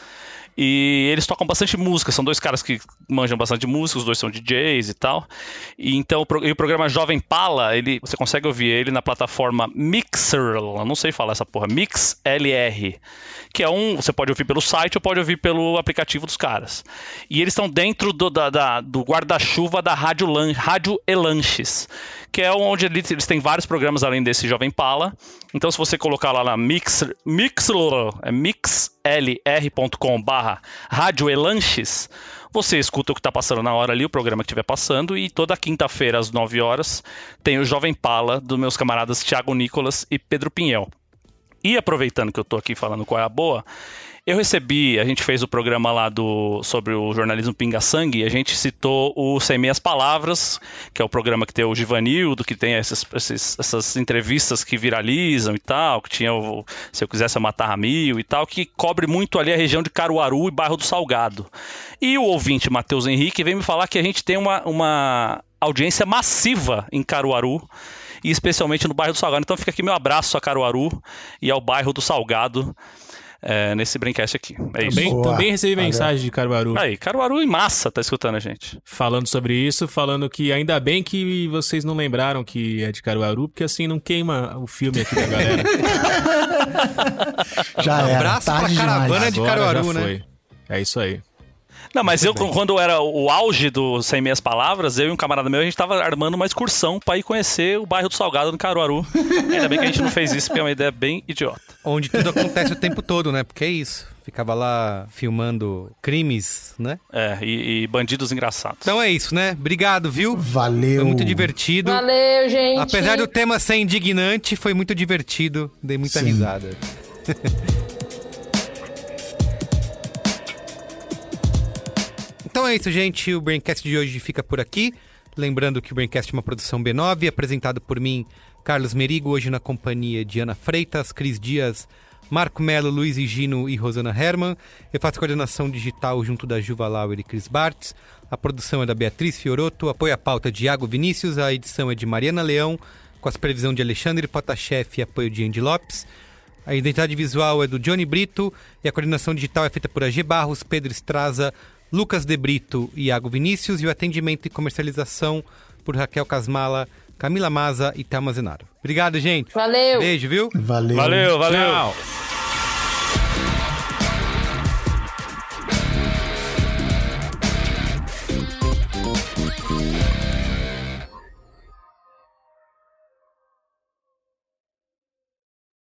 E eles tocam bastante música, são dois caras que manjam bastante música, os dois são D Js e tal. E então e o programa Jovem Pala, ele, você consegue ouvir ele na plataforma Mixer, eu não sei falar essa porra, Mix L R, que é um, você pode ouvir pelo site ou pode ouvir pelo aplicativo dos caras. E eles estão dentro do, da, da, do guarda-chuva da Rádio, Lan, Rádio Elanches, que é onde eles, eles têm vários programas além desse Jovem Pala. Então se você colocar lá na Mixer, Mixer, é mixlr ponto com barra Rádio Elanches, você escuta o que está passando na hora ali, o programa que estiver passando, e toda quinta-feira às nove horas tem o Jovem Pala dos meus camaradas Thiago Nicolas e Pedro Pinhel. E aproveitando que eu estou aqui falando qual é a boa, eu recebi, a gente fez o programa lá do, sobre o jornalismo pinga-sangue, e a gente citou o Sem Meias Palavras, que é o programa que tem o Givanildo, que tem esses, esses, essas entrevistas que viralizam e tal, que tinha o Se Eu Quisesse Eu Matar Ramil e tal, que cobre muito ali a região de Caruaru e bairro do Salgado. E o ouvinte Matheus Henrique veio me falar que a gente tem uma, uma audiência massiva em Caruaru, e especialmente no bairro do Salgado. Então fica aqui meu abraço a Caruaru e ao bairro do Salgado. É, nesse Braincast aqui. É também, isso. Também recebi mensagem de Caruaru. Aí, Caruaru em massa tá escutando a gente. Falando sobre isso, falando que ainda bem que vocês não lembraram que é de Caruaru, porque assim não queima o filme aqui da galera. Já um era. abraço pra caravana de Caruaru, né? Foi. É isso aí. Não, mas Muito eu, bem. quando era o auge do Sem Meias Palavras, eu e um camarada meu, a gente tava armando uma excursão pra ir conhecer o bairro do Salgado no Caruaru. Ainda bem que a gente não fez isso, porque é uma ideia bem idiota. Onde tudo acontece o tempo todo, né? Porque é isso. Ficava lá filmando crimes, né? É, e, e bandidos engraçados. Então é isso, né? Obrigado, viu? Valeu. Foi muito divertido. Valeu, gente. Apesar do tema ser indignante, foi muito divertido. Dei muita Sim. risada. Então é isso, gente. O Braincast de hoje fica por aqui. Lembrando que o Braincast é uma produção B nove, apresentado por mim, Carlos Merigo, hoje na companhia de Ana Freitas, Cris Dias, Marco Melo, Luiz Higino e Rosana Herman. Eu faço coordenação digital junto da Juva Lauer e Cris Bartz. A produção é da Beatriz Fioroto, apoio à pauta de Iago Vinícius, a edição é de Mariana Leão, com a supervisão de Alexandre Potashev e apoio de Andy Lopes. A identidade visual é do Johnny Brito e a coordenação digital é feita por A G Barros, Pedro Estraza, Lucas De Brito e Iago Vinícius, e o atendimento e comercialização por Raquel Casmala, Camila Maza e Thelma Zenaro. Obrigado, gente. Valeu. Beijo, viu? Valeu. Valeu, valeu. Tchau.